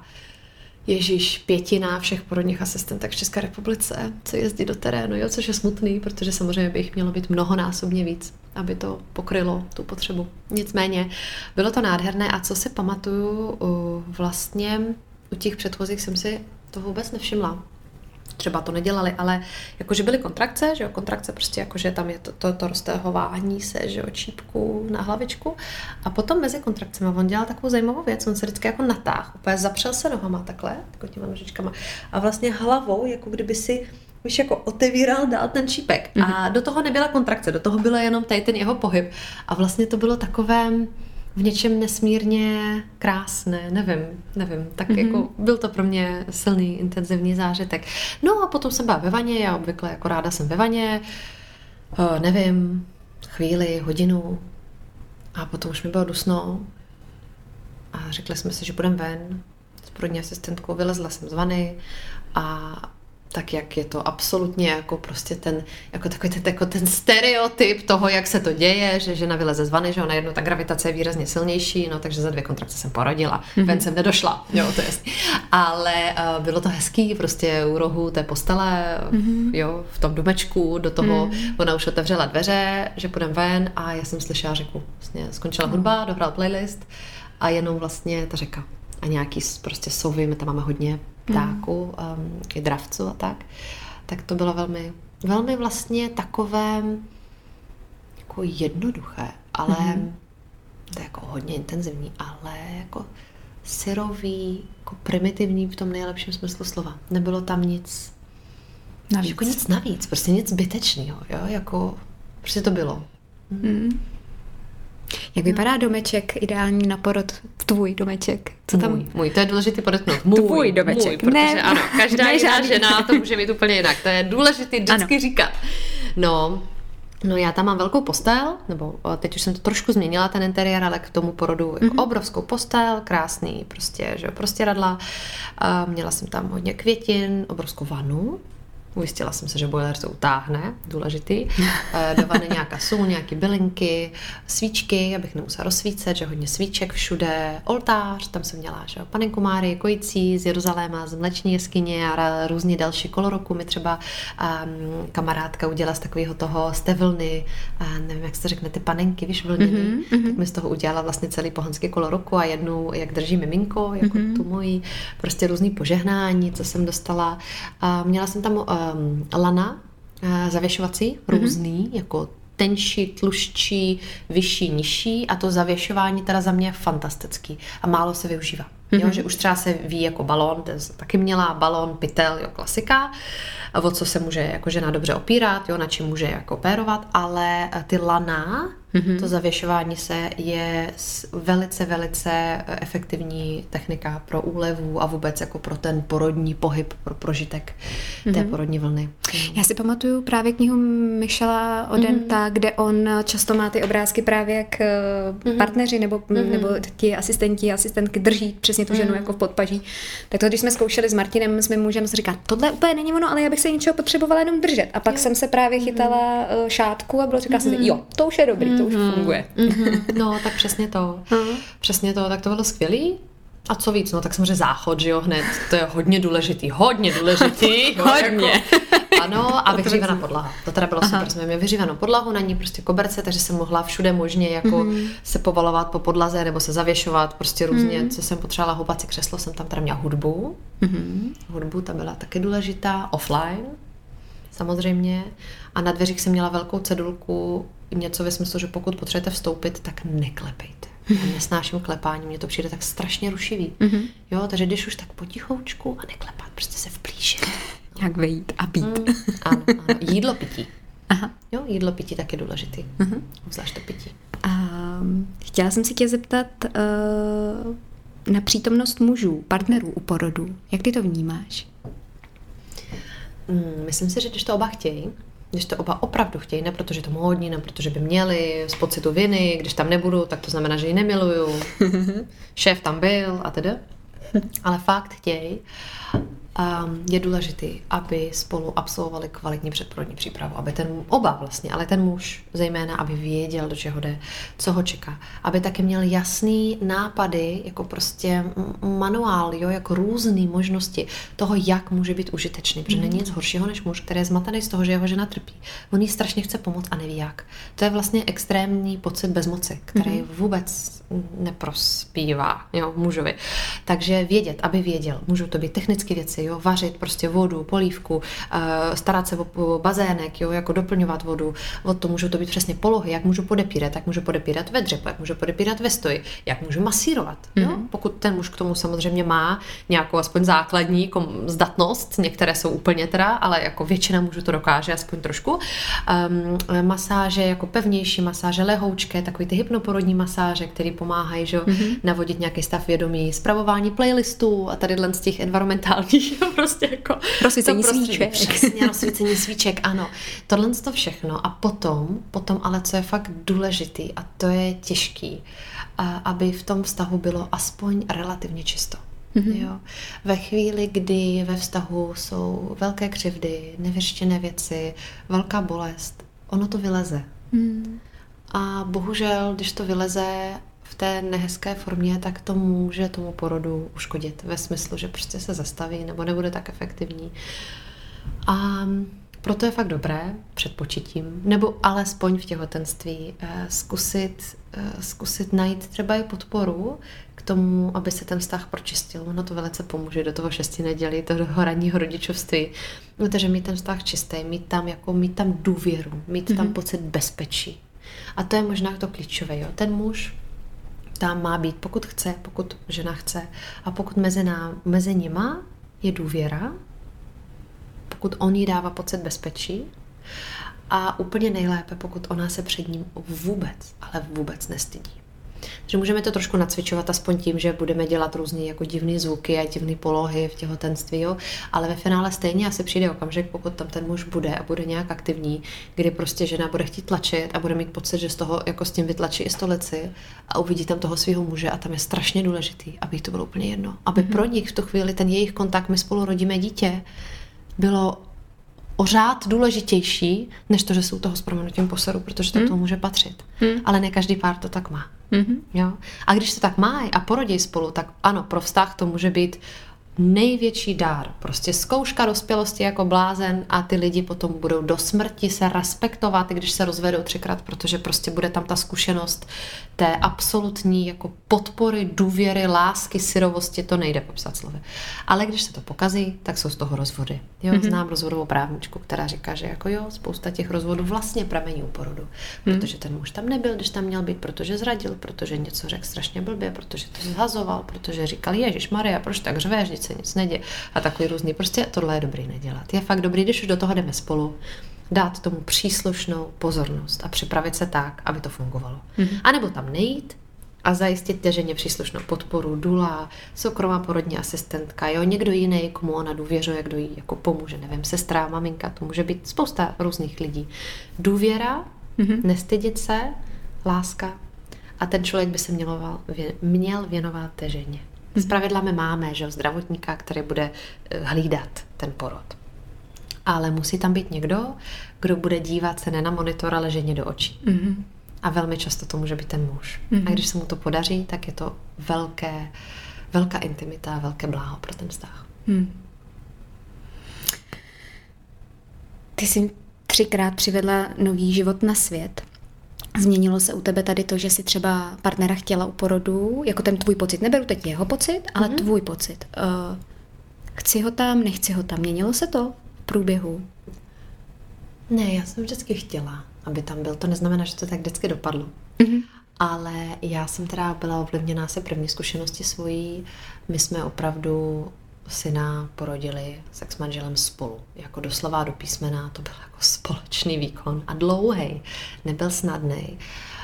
5 všech porodních asistentek v České republice, co jezdí do terénu, jo, což je smutný, protože samozřejmě by jich mělo být mnohonásobně víc, aby to pokrylo tu potřebu. Nicméně bylo to nádherné a co si pamatuju, vlastně u těch předchozích jsem si to vůbec nevšimla. Třeba to nedělali, ale jakože byly kontrakce, že jo, kontrakce prostě jakože tam je to roztahování se, že jo, čípku na hlavičku a potom mezi kontrakcemi on dělal takovou zajímavou věc, on se vždycky jako natáhl, úplně zapřel se nohama takhle, jako těma nožičkama a vlastně hlavou, jako kdyby si víš, jako otevíral dál ten čípek a do toho nebyla kontrakce, do toho bylo jenom tady ten jeho pohyb a vlastně to bylo takové v něčem nesmírně krásné, nevím, tak jako byl to pro mě silný, intenzivní zážitek. No a potom jsem byla ve vaně, já obvykle jako ráda jsem ve vaně, nevím, chvíli, hodinu a potom už mi bylo dusno a řekli jsme si, že půjdeme ven s porodní asistentkou, vylezla jsem z vany a tak jak je to absolutně jako prostě ten stereotyp toho, jak se to děje, že žena vyleze z vany, že ona jednou ta gravitace je výrazně silnější, no takže za 2 kontrakce jsem porodila, ven jsem nedošla, jo, to je jasný. Ale bylo to hezký, prostě u rohu té postele, jo, v tom domečku, do toho ona už otevřela dveře, že půjdeme ven a já jsem slyšela řeku. Vlastně skončila hudba, dohrál playlist a jenom vlastně ta řeka. A nějaký prostě sovy, my tam máme hodně ptáků, i dravců a tak to bylo velmi, velmi vlastně takové jako jednoduché, ale to je jako hodně intenzivní, ale jako syrový, jako primitivní v tom nejlepším smyslu slova. Nebylo tam nic navíc. Jako nic navíc, prostě nic zbytečného, jo, jako prostě to bylo. Jak vypadá domeček ideální na porod? Tvůj domeček? Co tam? Můj, to je důležité podotknout. Tvůj domeček. Protože ne, ano, každá ne, jiná žena to může mít úplně jinak. To je důležité vždycky říkat. No já tam mám velkou postel, nebo teď už jsem to trošku změnila, ten interiér, ale k tomu porodu jako obrovskou postel, krásný prostě radla. Měla jsem tam hodně květin, obrovskou vanu. Ujistila jsem se, že boiler to utáhne, důležitý. Do vany nějaká sůl, nějaké bylinky, svíčky, abych nemusela rozsvícet, že hodně svíček všude, oltář, tam jsem měla, že panenku Márii kojící z Jeruzaléma, z Mleční jeskyně a různý další koloroku. Mi třeba kamarádka udělala z takového toho, z té vlny, nevím, jak se to řekne, ty panenky, víš, vlněný, tak mi z toho udělala vlastně celý pohanský koloroku a jednu, jak drží miminko, jako tu moji, prostě různý požehnání, co jsem dostala. Měla jsem tam lana zavěšovací, různý, jako tenčí, tluščí, vyšší, nižší a to zavěšování teda za mě je fantastický a málo se využívá. Jo, že už třeba se ví jako balón, taky měla balón, pytel, jo, klasika, o co se může jako žena dobře opírat, jo, na čím může jako pérovat, ale ty lana, to zavěšování se je velice, velice efektivní technika pro úlevu a vůbec jako pro ten porodní pohyb, pro prožitek té porodní vlny. Já si pamatuju právě knihu Michela Odenta, kde on často má ty obrázky právě jak partneři nebo ti asistentky drží přesně tu ženu jako v podpaží. Tak to, když jsme zkoušeli s Martinem, s mým mužem, se říká, tohle úplně není ono, ale já bych se něčeho potřebovala jenom držet. A pak jsem se právě chytala šátku a říkala jsem si, jo, to už je dobrý, to už funguje. No, tak přesně to. Přesně to, tak to bylo skvělý. A co víc, no tak samozřejmě záchod, že jo, hned, to je hodně důležitý. Hodně. Ano, a vyhřívaná podlaha. To teda bylo super, jsme měli vyhřívanou podlahu, na ní prostě koberce, takže jsem mohla všude možně jako se povalovat po podlaze nebo se zavěšovat, prostě různě, co jsem potřebovala, houpací křeslo, jsem tam teda měla hudbu. Hudbu, ta byla taky důležitá, offline, samozřejmě. A na dveřích jsem měla velkou cedulku, něco ve smyslu, že pokud potřebujete vstoupit, tak neklepejte. Já nesnáším klepání, mně to přijde tak strašně rušivý. Jo, takže když už tak potichoučku a neklepat, prostě se vplížit. Jak vejít a být. Ano. Jídlo, pití. Aha. Jo, jídlo, pití taky důležitý. Zvlášť to pití. Chtěla jsem si tě zeptat na přítomnost mužů, partnerů u porodu. Jak ty to vnímáš? Myslím si, že když to oba chtějí, když to oba opravdu chtějí, ne protože to módní, ne protože by měli z pocitu viny, když tam nebudu, tak to znamená, že ji nemiluju. Šéf tam byl a tedy. Ale fakt chtějí. Je důležitý, aby spolu absolvovali kvalitní předporodní přípravu, aby oba vlastně, ale ten muž zejména, aby věděl, do čeho jde, co ho čeká, aby taky měl jasný nápady, jako prostě manuál, jo, jako různé možnosti toho, jak může být užitečný, protože není nic horšího než muž, který je zmatený z toho, že jeho žena trpí. On jí strašně chce pomoct a neví jak. To je vlastně extrémní pocit bezmoci, který vůbec neprospívá, jo, mužovi. Takže vědět, aby věděl, můžou to být technické věci, jo, vařit prostě vodu, polívku, starat se o bazének, jo, jako doplňovat vodu. Od to můžou to být přesně polohy, jak můžu podepírat, jak můžu podepírat ve dřepu, jak můžu podepírat ve stoji, jak můžu masírovat, jo? Pokud ten muž k tomu samozřejmě má nějakou aspoň základní zdatnost, některé jsou úplně teda, ale jako většina mužů to dokáže aspoň trošku. Masáže jako pevnější masáže, lehoučké, takový ty hypnoporodní masáže, které pomáhají, že navodit nějaký stav vědomí, spravování playlistů a tady z těch environmentálních prostě jako rozsvícení svíček. Přesně, rozsvícení svíček, ano. Tohle to všechno a potom ale co je fakt důležitý a to je těžký, aby v tom vztahu bylo aspoň relativně čisto. Jo. Ve chvíli, kdy ve vztahu jsou velké křivdy, nevyřešené věci, velká bolest, ono to vyleze. A bohužel, když to vyleze v té nehezké formě, tak to může tomu porodu uškodit ve smyslu, že prostě se zastaví nebo nebude tak efektivní. A proto je fakt dobré před početím, nebo alespoň v těhotenství zkusit najít třeba i podporu k tomu, aby se ten vztah pročistil. Ono to velice pomůže do toho 6 nedělí, do toho ranního rodičovství. Takže mít ten vztah čistý, mít tam důvěru, mít tam pocit bezpečí. A to je možná to klíčové. Jo? Ten muž tam má být, pokud chce, pokud žena chce a pokud mezi nima je důvěra, pokud on jí dává pocit bezpečí a úplně nejlépe, pokud ona se před ním vůbec, ale vůbec nestydí. Takže můžeme to trošku nacvičovat aspoň tím, že budeme dělat různé jako divné zvuky a divné polohy v těhotenství, jo? Ale ve finále stejně asi přijde okamžik, pokud tam ten muž bude a bude nějak aktivní, kdy prostě žena bude chtít tlačit a bude mít pocit, že z toho jako s tím vytlačí i stolici a uvidí tam toho svého muže a tam je strašně důležitý, aby jí to bylo úplně jedno. Aby pro nich v tu chvíli ten jejich kontakt, my spolu rodíme dítě, bylo o řád důležitější, než to, že jsou toho s prominutím poseru, protože to tomu může patřit. Ale ne každý pár to tak má. Jo? A když to tak má a porodí spolu, tak ano, pro vztah to může být největší dár. Prostě zkouška dospělosti jako blázen a ty lidi potom budou do smrti se respektovat, i když se rozvedou 3krát, protože prostě bude tam ta zkušenost té absolutní jako podpory, důvěry, lásky, syrovosti, to nejde popsat slovy. Ale když se to pokazí, tak jsou z toho rozvody. Jo, znám rozvodovou právničku, která říká, že jako jo, spousta těch rozvodů vlastně pramení u porodu, protože ten muž tam nebyl, když tam měl být, protože zradil, protože něco řekl strašně blbě, protože to zhazoval, protože říkal, Ježišmarja, proč tak řveš, vždyť se nic neděje a takový různý. Prostě tohle je dobrý nedělat. Je fakt dobrý, když už do toho jdeme spolu, dát tomu příslušnou pozornost a připravit se tak, aby to fungovalo. A nebo tam nejít a zajistit té ženě příslušnou podporu, dula, soukromá porodní asistentka, jo, někdo jiný, komu ona důvěřuje, kdo jí jako pomůže, nevím, sestra, maminka, to může být spousta různých lidí. Důvěra, nestydět se, láska a ten člověk by se měl věnovat té ženě. Zpravidla my máme, že zdravotníka, který bude hlídat ten porod. Ale musí tam být někdo, kdo bude dívat se ne na monitor, ale ženě do očí. A velmi často to může být ten muž. A když se mu to podaří, tak je to velká intimita, velké bláho pro ten vztah. Ty jsi 3krát přivedla nový život na svět. Změnilo se u tebe tady to, že si třeba partnera chtěla u porodu, jako ten tvůj pocit, neberu teď jeho pocit, ale tvůj pocit. Chci ho tam, nechci ho tam. Měnilo se to v průběhu? Ne, já jsem vždycky chtěla, aby tam byl. To neznamená, že to tak vždycky dopadlo. Ale já jsem teda byla ovlivněná se první zkušenosti svojí. My jsme opravdu syna porodili s ex-manželem spolu. Jako doslova do písmena, to byl jako společný výkon a dlouhej. Nebyl snadný.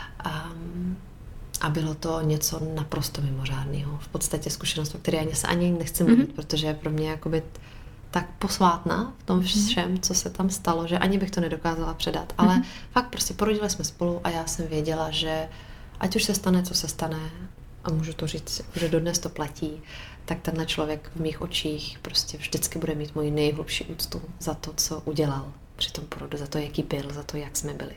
A bylo to něco naprosto mimořádného. V podstatě zkušenost, o které ani nechci mluvit, protože je pro mě jakoby tak posvátná v tom všem, co se tam stalo, že ani bych to nedokázala předat. Ale fakt prostě porodili jsme spolu a já jsem věděla, že ať už se stane, co se stane, a můžu to říct, že dodnes to platí, tak tenhle člověk v mých očích prostě vždycky bude mít moji nejhlubší úctu za to, co udělal při tom porodu, za to, jaký byl, za to, jak jsme byli.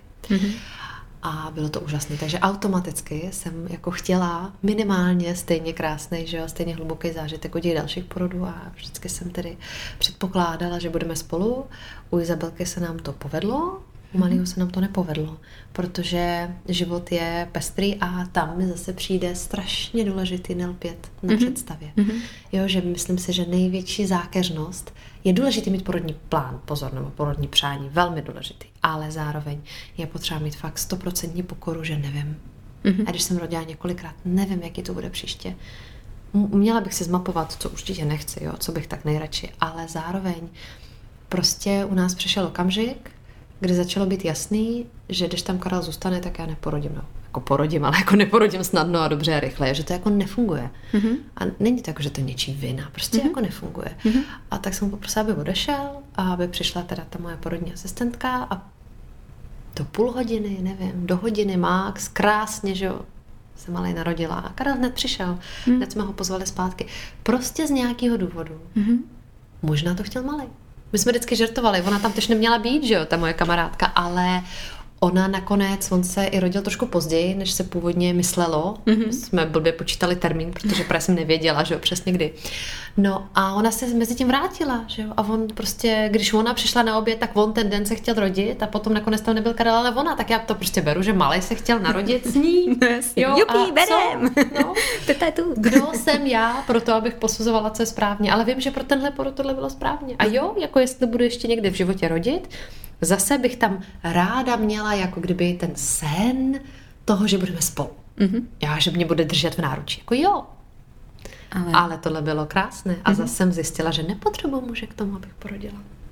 A bylo to úžasné. Takže automaticky jsem jako chtěla minimálně stejně krásný, že jo, stejně hluboký zážitek od těch dalších porodů a vždycky jsem tedy předpokládala, že budeme spolu. U Izabelky se nám to povedlo, u malého se nám to nepovedlo, protože život je pestrý a tam mi zase přijde strašně důležitý nelpět na představě. Jo, že myslím si, že největší zákeřnost je důležitý mít porodní plán, pozor, nebo porodní přání, velmi důležitý, ale zároveň je potřeba mít fakt 100% pokoru, že nevím. A když jsem rodila několikrát, nevím, jaký to bude příště. Měla bych si zmapovat, co určitě nechci, jo, co bych tak nejradši, ale zároveň prostě u nás přišel okamžik, kdy začalo být jasný, že když tam Karel zůstane, tak já neporodím. No, jako porodím, ale jako neporodím snadno a dobře a rychle, že to jako nefunguje. A není to jako, že to je něčí vina, prostě jako nefunguje. A tak jsem poprosila, aby odešel a aby přišla teda ta moje porodní asistentka a do půl hodiny, nevím, do hodiny max, krásně, že jo, se malej narodila a Karel hned přišel. Hned jsme ho pozvali zpátky. Prostě z nějakého důvodu. Možná to chtěl malej. My jsme vždycky žertovali, ona tam tež neměla být, že jo, ta moje kamarádka, ale ona nakonec, on se i rodil trošku později, než se původně myslelo. Jsme blbě počítali termín, protože právě jsem nevěděla, že jo, přesně kdy. No a ona se mezi tím vrátila, že jo, a on prostě, když ona přišla na oběd, tak on ten den se chtěl rodit a potom nakonec tam nebyl Karel, ale ona, tak já to prostě beru, že malej se chtěl narodit s ní. Jo, jupi, berem. No, kdo jsem já pro to, abych posuzovala, co je správně, ale vím, že pro tenhle porod tohle bylo správně. A jo, jako jestli budu ještě někdy v životě rodit, zase bych tam ráda měla jako kdyby ten sen toho, že budeme spolu. Já, že mě bude držet v náručí. Jako jo. Ale tohle bylo krásné. A zase jsem zjistila, že nepotřebuji muže k tomu, abych porodila.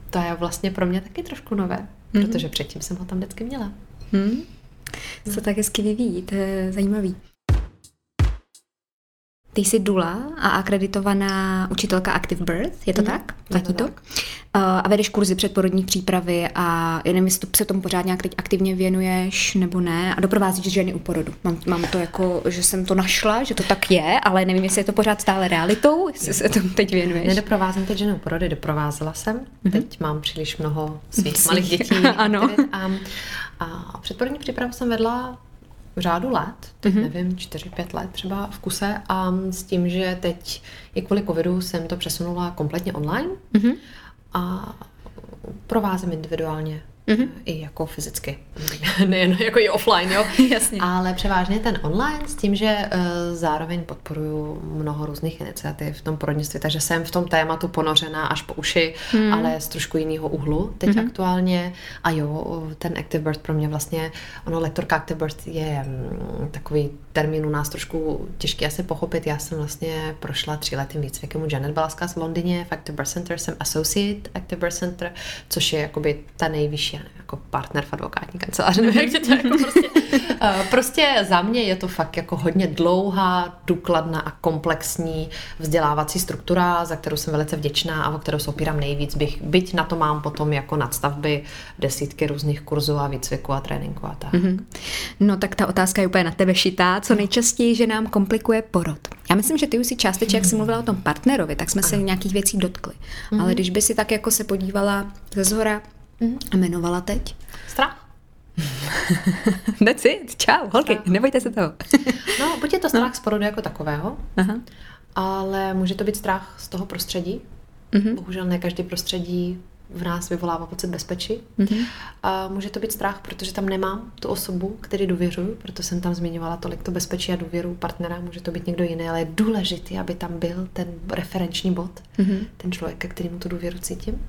to je vlastně pro mě taky trošku nové, protože předtím jsem ho tam vždycky měla. Se tak hezky vyvíjí, to je zajímavý. Ty jsi dula a akreditovaná učitelka Active Birth, je to tak? Platí to? A vedeš kurzy předporodní přípravy a já nevím, jestli se tomu pořád nějak teď aktivně věnuješ nebo ne a doprovázíš ženy u porodu. Mám to jako, že jsem to našla, že to tak je, ale nevím, jestli je to pořád stále realitou, jestli se tomu teď věnuješ. Nedoprovázím teď ženy u porodu, doprovázela jsem. Teď mám příliš mnoho svých malých dětí. Ano. A předporodní přípravu jsem vedla v řádu let, teď nevím, 4-5 let třeba v kuse a s tím, že teď i kvůli covidu jsem to přesunula kompletně online a provázím individuálně i jako fyzicky, nejen jako i offline, jo? Jasně. Ale převážně ten online s tím, že zároveň podporuju mnoho různých iniciativ v tom porodnictví, takže jsem v tom tématu ponořená až po uši, ale z trošku jiného úhlu teď aktuálně. A jo, ten Active Birth pro mě vlastně, lektorka Active Birth je takový termín u nás trošku těžký asi pochopit. Já jsem vlastně prošla 3letým výcvikem u Janet Balaskas v Londýně, v Active Birth Center jsem Associate Active Birth Center, což je jakoby ta nejvyšší, jako partner v advokátní kanceláři, nevím, jak to jako prostě za mě je to fakt jako hodně dlouhá, důkladná a komplexní vzdělávací struktura, za kterou jsem velice vděčná a o kterou se opírám nejvíc, byť na to mám potom jako nadstavby desítky různých kurzů a výcviku a tréninku a tak. No tak ta otázka je úplně na tebe šitá, co nejčastěji, že nám komplikuje porod. Já myslím, že ty už si částečně, jak jsi mluvila o tom partnerovi, tak jsme se nějakých věcí dotkli. Ale když by si tak jako se podívala ze zhora a jmenovala teď? Strach. That's it. Čau, holky, nebojte se toho. No, buď je to strach z porodu jako takového, ale může to být strach z toho prostředí. Bohužel ne každý prostředí v nás vyvolává pocit bezpečí. A může to být strach, protože tam nemám tu osobu, který důvěřuju, proto jsem tam zmiňovala tolik to bezpečí a důvěru partnera, může to být někdo jiný, ale je důležitý, aby tam byl ten referenční bod, ten člověk, ke kterému tu důvěru cítím.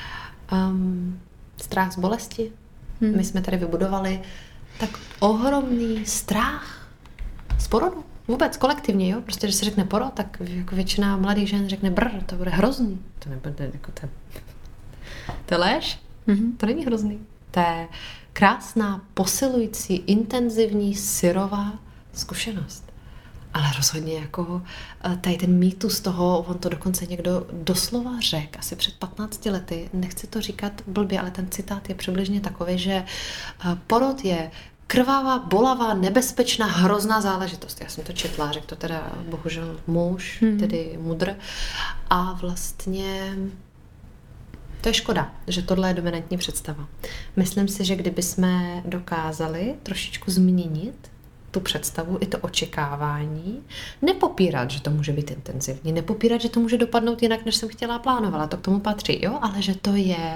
Strach z bolesti. My jsme tady vybudovali tak ohromný strach z porodu. Vůbec kolektivně, jo? Prostě, když se řekne porod, tak jako většina mladých žen řekne to bude hrozný. To nebude jako to je lež? To není hrozný. To je krásná, posilující, intenzivní, syrová zkušenost. Ale rozhodně jako tady ten mýtus toho, on to dokonce někdo doslova řekl, asi před 15 lety, nechci to říkat blbě, ale ten citát je přibližně takový, že porod je krvavá, bolavá, nebezpečná, hrozná záležitost. Já jsem to četla, řekl to teda bohužel muž, tedy mudr. A vlastně to je škoda, že tohle je dominantní představa. Myslím si, že kdyby jsme dokázali trošičku změnit tu představu i to očekávání, nepopírat, že to může být intenzivní, nepopírat, že to může dopadnout jinak, než jsem chtěla a plánovala, to k tomu patří, jo, ale že to je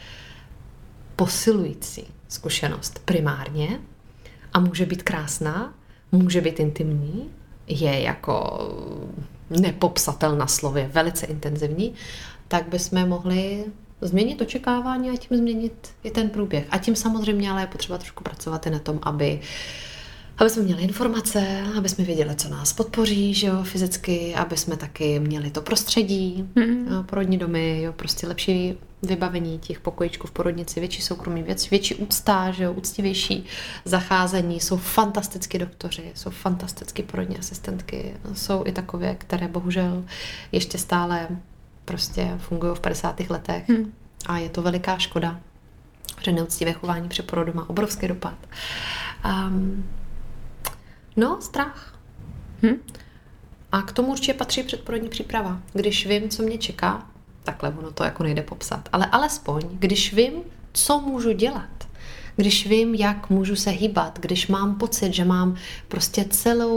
posilující zkušenost primárně a může být krásná, může být intimní, je jako nepopsatelná slově, velice intenzivní, tak bychom mohli změnit očekávání a tím změnit i ten průběh. A tím samozřejmě ale je potřeba trošku pracovat i na tom, aby jsme měli informace, aby jsme věděli, co nás podpoří, že jo, fyzicky, aby jsme taky měli to prostředí, porodní domy, jo, prostě lepší vybavení těch pokojičků v porodnici, větší soukromí, větší úcta, že jo, úctivější zacházení, jsou fantastický doktoři, jsou fantastický porodní asistentky, jsou i takové, které bohužel ještě stále prostě fungují v 50. letech a je to veliká škoda, že neúctivé chování při porodu má obrovský dopad. No, strach. A k tomu určitě patří předporodní příprava. Když vím, co mě čeká, takhle ono to jako nejde popsat, ale alespoň, když vím, co můžu dělat, když vím, jak můžu se hýbat, když mám pocit, že mám prostě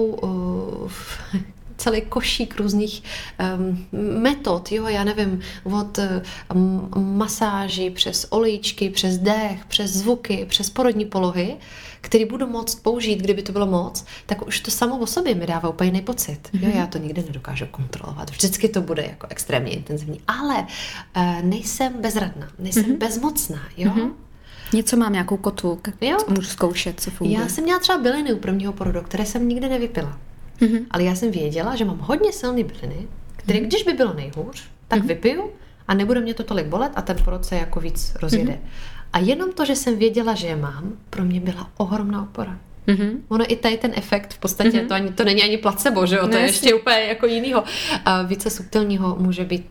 celý košík různých metod, jo, já nevím, od masáží přes olejčky, přes dech, přes zvuky, přes porodní polohy, který budu moct použít, kdyby to bylo moc, tak už to samo o sobě mi dává úplně jiný pocit. Jo, já to nikdy nedokážu kontrolovat. Vždycky to bude jako extrémně intenzivní, ale nejsem bezradná, nejsem bezmocná, jo. Něco mám, nějakou kotvu, můžu zkoušet, co funguje. Já jsem měla třeba byliny u prvního porodu, které jsem nikdy nevypila. Ale já jsem věděla, že mám hodně silné byliny, které když by bylo nejhůř, tak vypiju a nebude mě to tolik bolet a ten porod se jako víc rozjede. A jenom to, že jsem věděla, že je mám, pro mě byla ohromná opora. Ono i tady ten efekt, v podstatě to není ani placebo, že jo? To je ještě úplně jako jinýho. Více subtilního může být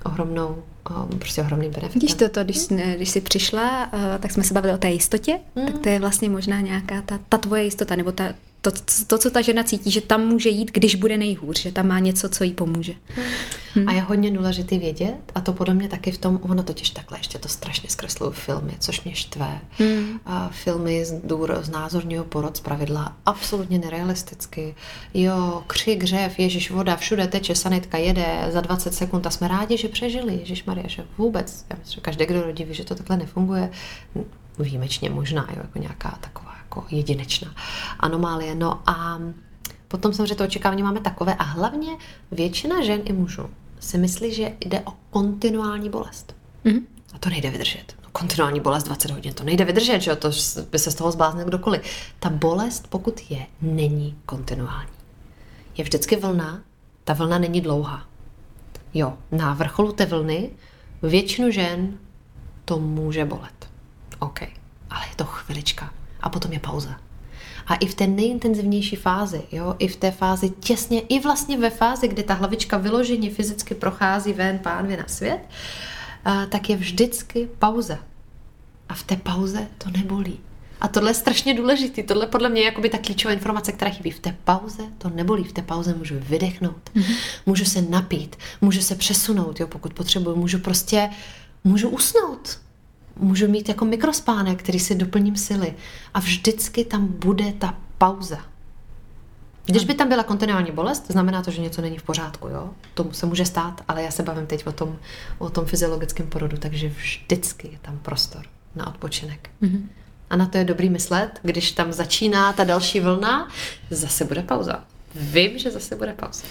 ohromným benefitem. Vidíš když jsi přišla, tak jsme se bavili o té jistotě, tak to je vlastně možná nějaká ta tvoje jistota, nebo to, co ta žena cítí, že tam může jít, když bude nejhůř, že tam má něco, co jí pomůže. A je hodně důležitý vědět, a to podle mě taky v tom, ono totiž takhle ještě to strašně zkreslují filmy, což mě štve. Filmy znázorňují porod zpravidla absolutně nerealisticky. Jo, křik, řev, ježiš, voda, všude teče, sanitka jede za 20 sekund a jsme rádi, že přežili, ježišmarja, že vůbec. Já myslím, že každý, kdo rodí, ví, že to takhle nefunguje. Výjimečně možná, jo, jako nějaká taková jako jedinečná anomálie. No a potom samozřejmě to očekávání máme takové a hlavně většina žen i mužů si myslí, že jde o kontinuální bolest. A to nejde vydržet. No, kontinuální bolest 20 hodin, to nejde vydržet, že jo? To by se z toho zbláznil kdokoliv. Ta bolest, pokud je, není kontinuální. Je vždycky vlna, ta vlna není dlouhá. Jo, na vrcholu té vlny většinu žen to může bolet. OK, ale je to chvilička. A potom je pauza. A i v té nejintenzivnější fázi, jo, i v té fázi těsně, i vlastně ve fázi, kdy ta hlavička vyloženě fyzicky prochází ven pánvě na svět, tak je vždycky pauza. A v té pauze to nebolí. A tohle je strašně důležitý. Tohle podle mě je jakoby ta klíčová informace, která chybí. V té pauze to nebolí. V té pauze můžu vydechnout, můžu se napít, můžu se přesunout, jo, pokud potřebuji, můžu usnout. Můžu mít jako mikrospánek, který si doplním sily. A vždycky tam bude ta pauza. Když by tam byla kontinuální bolest, znamená to, že něco není v pořádku, jo? Tomu se může stát, ale já se bavím teď o tom fyziologickém porodu, takže vždycky je tam prostor na odpočinek. A na to je dobrý myslet, když tam začíná ta další vlna, zase bude pauza. Vím, že zase bude pauza.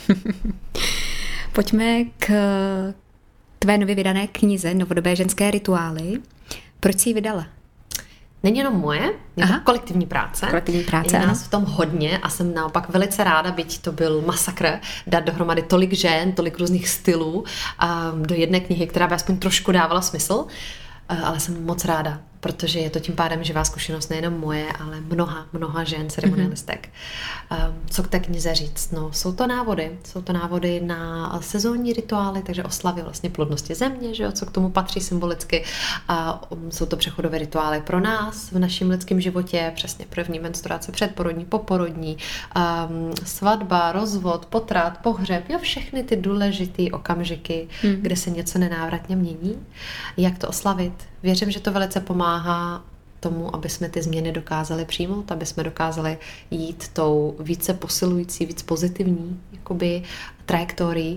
Pojďme k tvé nově vydané knize Novodobé ženské rituály. Proč jsi ji vydala? Není jenom moje, je to kolektivní práce. Je nás v tom hodně a jsem naopak velice ráda, byť to byl masakr, dát dohromady tolik žen, tolik různých stylů do jedné knihy, která by aspoň trošku dávala smysl. Ale jsem moc ráda, protože je to tím pádem živá zkušenost nejenom moje, ale mnoha žen, ceremonialistek. Co k té knize říct? No, jsou to návody na sezónní rituály, takže oslavy vlastně plodnosti země, že jo, co k tomu patří symbolicky. Jsou to přechodové rituály pro nás v našem lidském životě, přesně první menstruace, předporodní, poporodní, svatba, rozvod, potrat, pohřeb, jo, všechny ty důležité okamžiky, kde se něco nenávratně mění. Jak to oslavit? Věřím, že to velice pomáhá tomu, aby jsme ty změny dokázali přijmout, aby jsme dokázali jít tou více posilující, víc pozitivní jakoby trajektorií.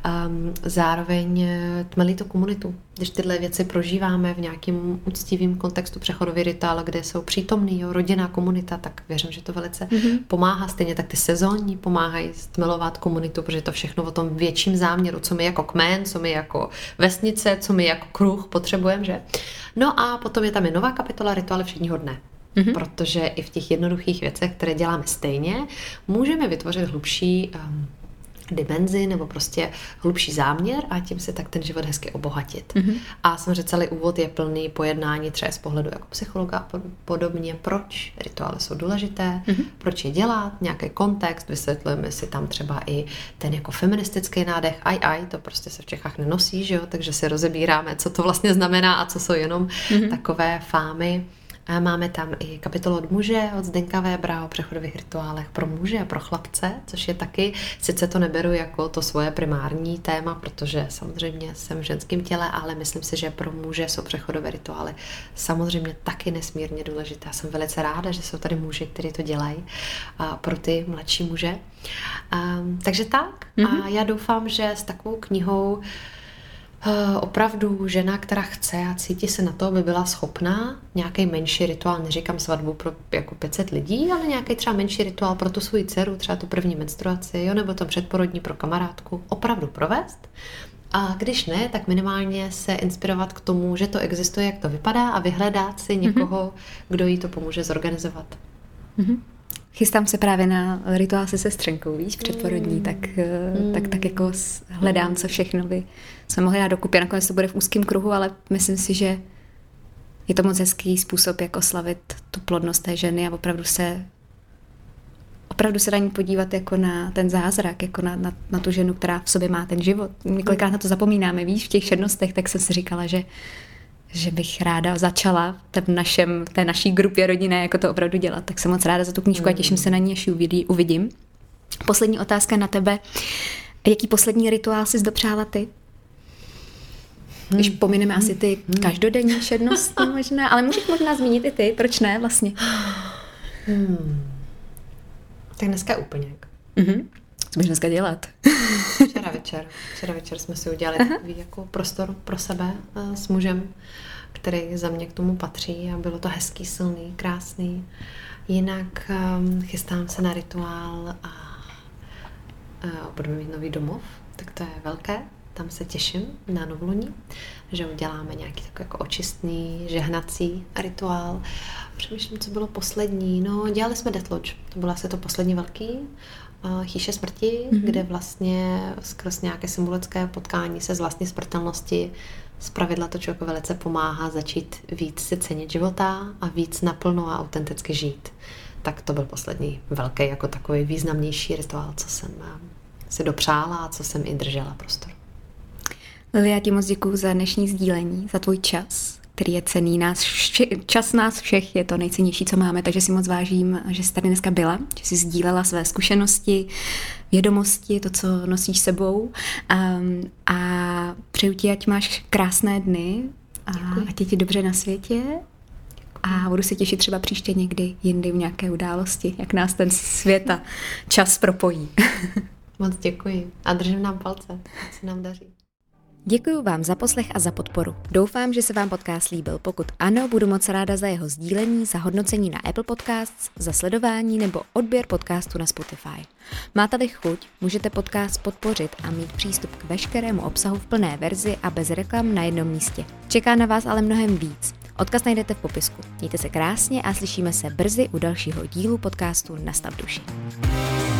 Zároveň tmelí to komunitu. Když tyhle věci prožíváme v nějakým úctivým kontextu přechodový rituál, kde jsou přítomný, jo, rodinná komunita, tak věřím, že to velice pomáhá. Stejně tak ty sezónní pomáhají stmelovat komunitu, protože to všechno o tom větším záměru, co my jako kmen, co my jako vesnice, co my jako kruh potřebujeme, že? No a potom je tam i nová kapitola rituály všedního dne. Protože i v těch jednoduchých věcech, které děláme stejně, můžeme vytvořit hlubší dimenzi nebo prostě hlubší záměr a tím se tak ten život hezky obohatit. A samozřejmě celý úvod je plný pojednání třeba z pohledu jako psychologa a podobně, proč rituály jsou důležité, proč je dělat, nějaký kontext, vysvětlujeme si tam třeba i ten jako feministický nádech, to prostě se v Čechách nenosí, že jo, takže si rozebíráme, co to vlastně znamená a co jsou jenom takové fámy. A máme tam i kapitolu od muže, od Zdenka Webera o přechodových rituálech pro muže a pro chlapce, což je taky, sice to neberu jako to svoje primární téma, protože samozřejmě jsem v ženském těle, ale myslím si, že pro muže jsou přechodové rituály samozřejmě taky nesmírně důležité. Jsem velice ráda, že jsou tady muži, kteří to dělají pro ty mladší muže. Takže tak. A já doufám, že s takovou knihou opravdu žena, která chce a cítí se na to, aby byla schopná nějaký menší rituál, neříkám svatbu pro jako 500 lidí, ale nějaký třeba menší rituál pro tu svou dceru, třeba tu první menstruaci, jo, nebo to předporodní pro kamarádku, opravdu provést. A když ne, tak minimálně se inspirovat k tomu, že to existuje, jak to vypadá a vyhledat si někoho, kdo jí to pomůže zorganizovat. Chystám se právě na rituál se sestřenkou, víš, předporodní, tak jako hledám, co všechno by jsme mohli dát dokupy. Nakonec to bude v úzkém kruhu, ale myslím si, že je to moc hezký způsob, jak oslavit tu plodnost té ženy a opravdu se na ní podívat jako na ten zázrak, jako na tu ženu, která v sobě má ten život. Několikrát na to zapomínáme, víš, v těch černostech, tak jsem si říkala, že bych ráda začala té naší grupě rodinné jako to opravdu dělat. Tak jsem moc ráda za tu knížku a těším se na ní, až ji uvidím. Poslední otázka na tebe. Jaký poslední rituál jsi dopřála ty? Když pomineme asi ty každodenní černosti možná, ale můžeš možná zmínit i ty, proč ne vlastně? Tak dneska je úplněk. Co budeš dneska dělat? Včera večer jsme si udělali takový jako prostor pro sebe s mužem, který za mě k tomu patří a bylo to hezký, silný, krásný. Jinak chystám se na rituál a budeme mít nový domov, tak to je velké. Tam se těším na novoluní, že uděláme nějaký takový jako očistný, žehnací rituál. Přemýšlím, co bylo poslední. No, dělali jsme Death Lodge. To bylo asi to poslední velký. Chýše smrti, kde vlastně skrz nějaké symbolické potkání se z vlastní smrtelnosti zpravidla to člověku velice pomáhá začít víc si cenit života a víc naplno a autenticky žít. Tak to byl poslední velký, jako takový významnější rituál, co jsem si dopřála a co jsem i držela prostor. Lili, já ti moc děkuju za dnešní sdílení, za tvůj čas, který je cenný. Čas nás všech je to nejcennější, co máme, takže si moc vážím, že jsi tady dneska byla, že jsi sdílela své zkušenosti, vědomosti, to, co nosíš sebou a přeju ti, ať máš krásné dny a ať je ti dobře na světě a budu se těšit třeba příště někdy jindy v nějaké události, jak nás ten svět a čas propojí. Moc děkuji a držím nám palce, ať se nám daří. Děkuji vám za poslech a za podporu. Doufám, že se vám podcast líbil. Pokud ano, budu moc ráda za jeho sdílení, za hodnocení na Apple Podcasts, za sledování nebo odběr podcastu na Spotify. Máte-li chuť, můžete podcast podpořit a mít přístup k veškerému obsahu v plné verzi a bez reklam na jednom místě. Čeká na vás ale mnohem víc. Odkaz najdete v popisku. Mějte se krásně a slyšíme se brzy u dalšího dílu podcastu Nastav duši.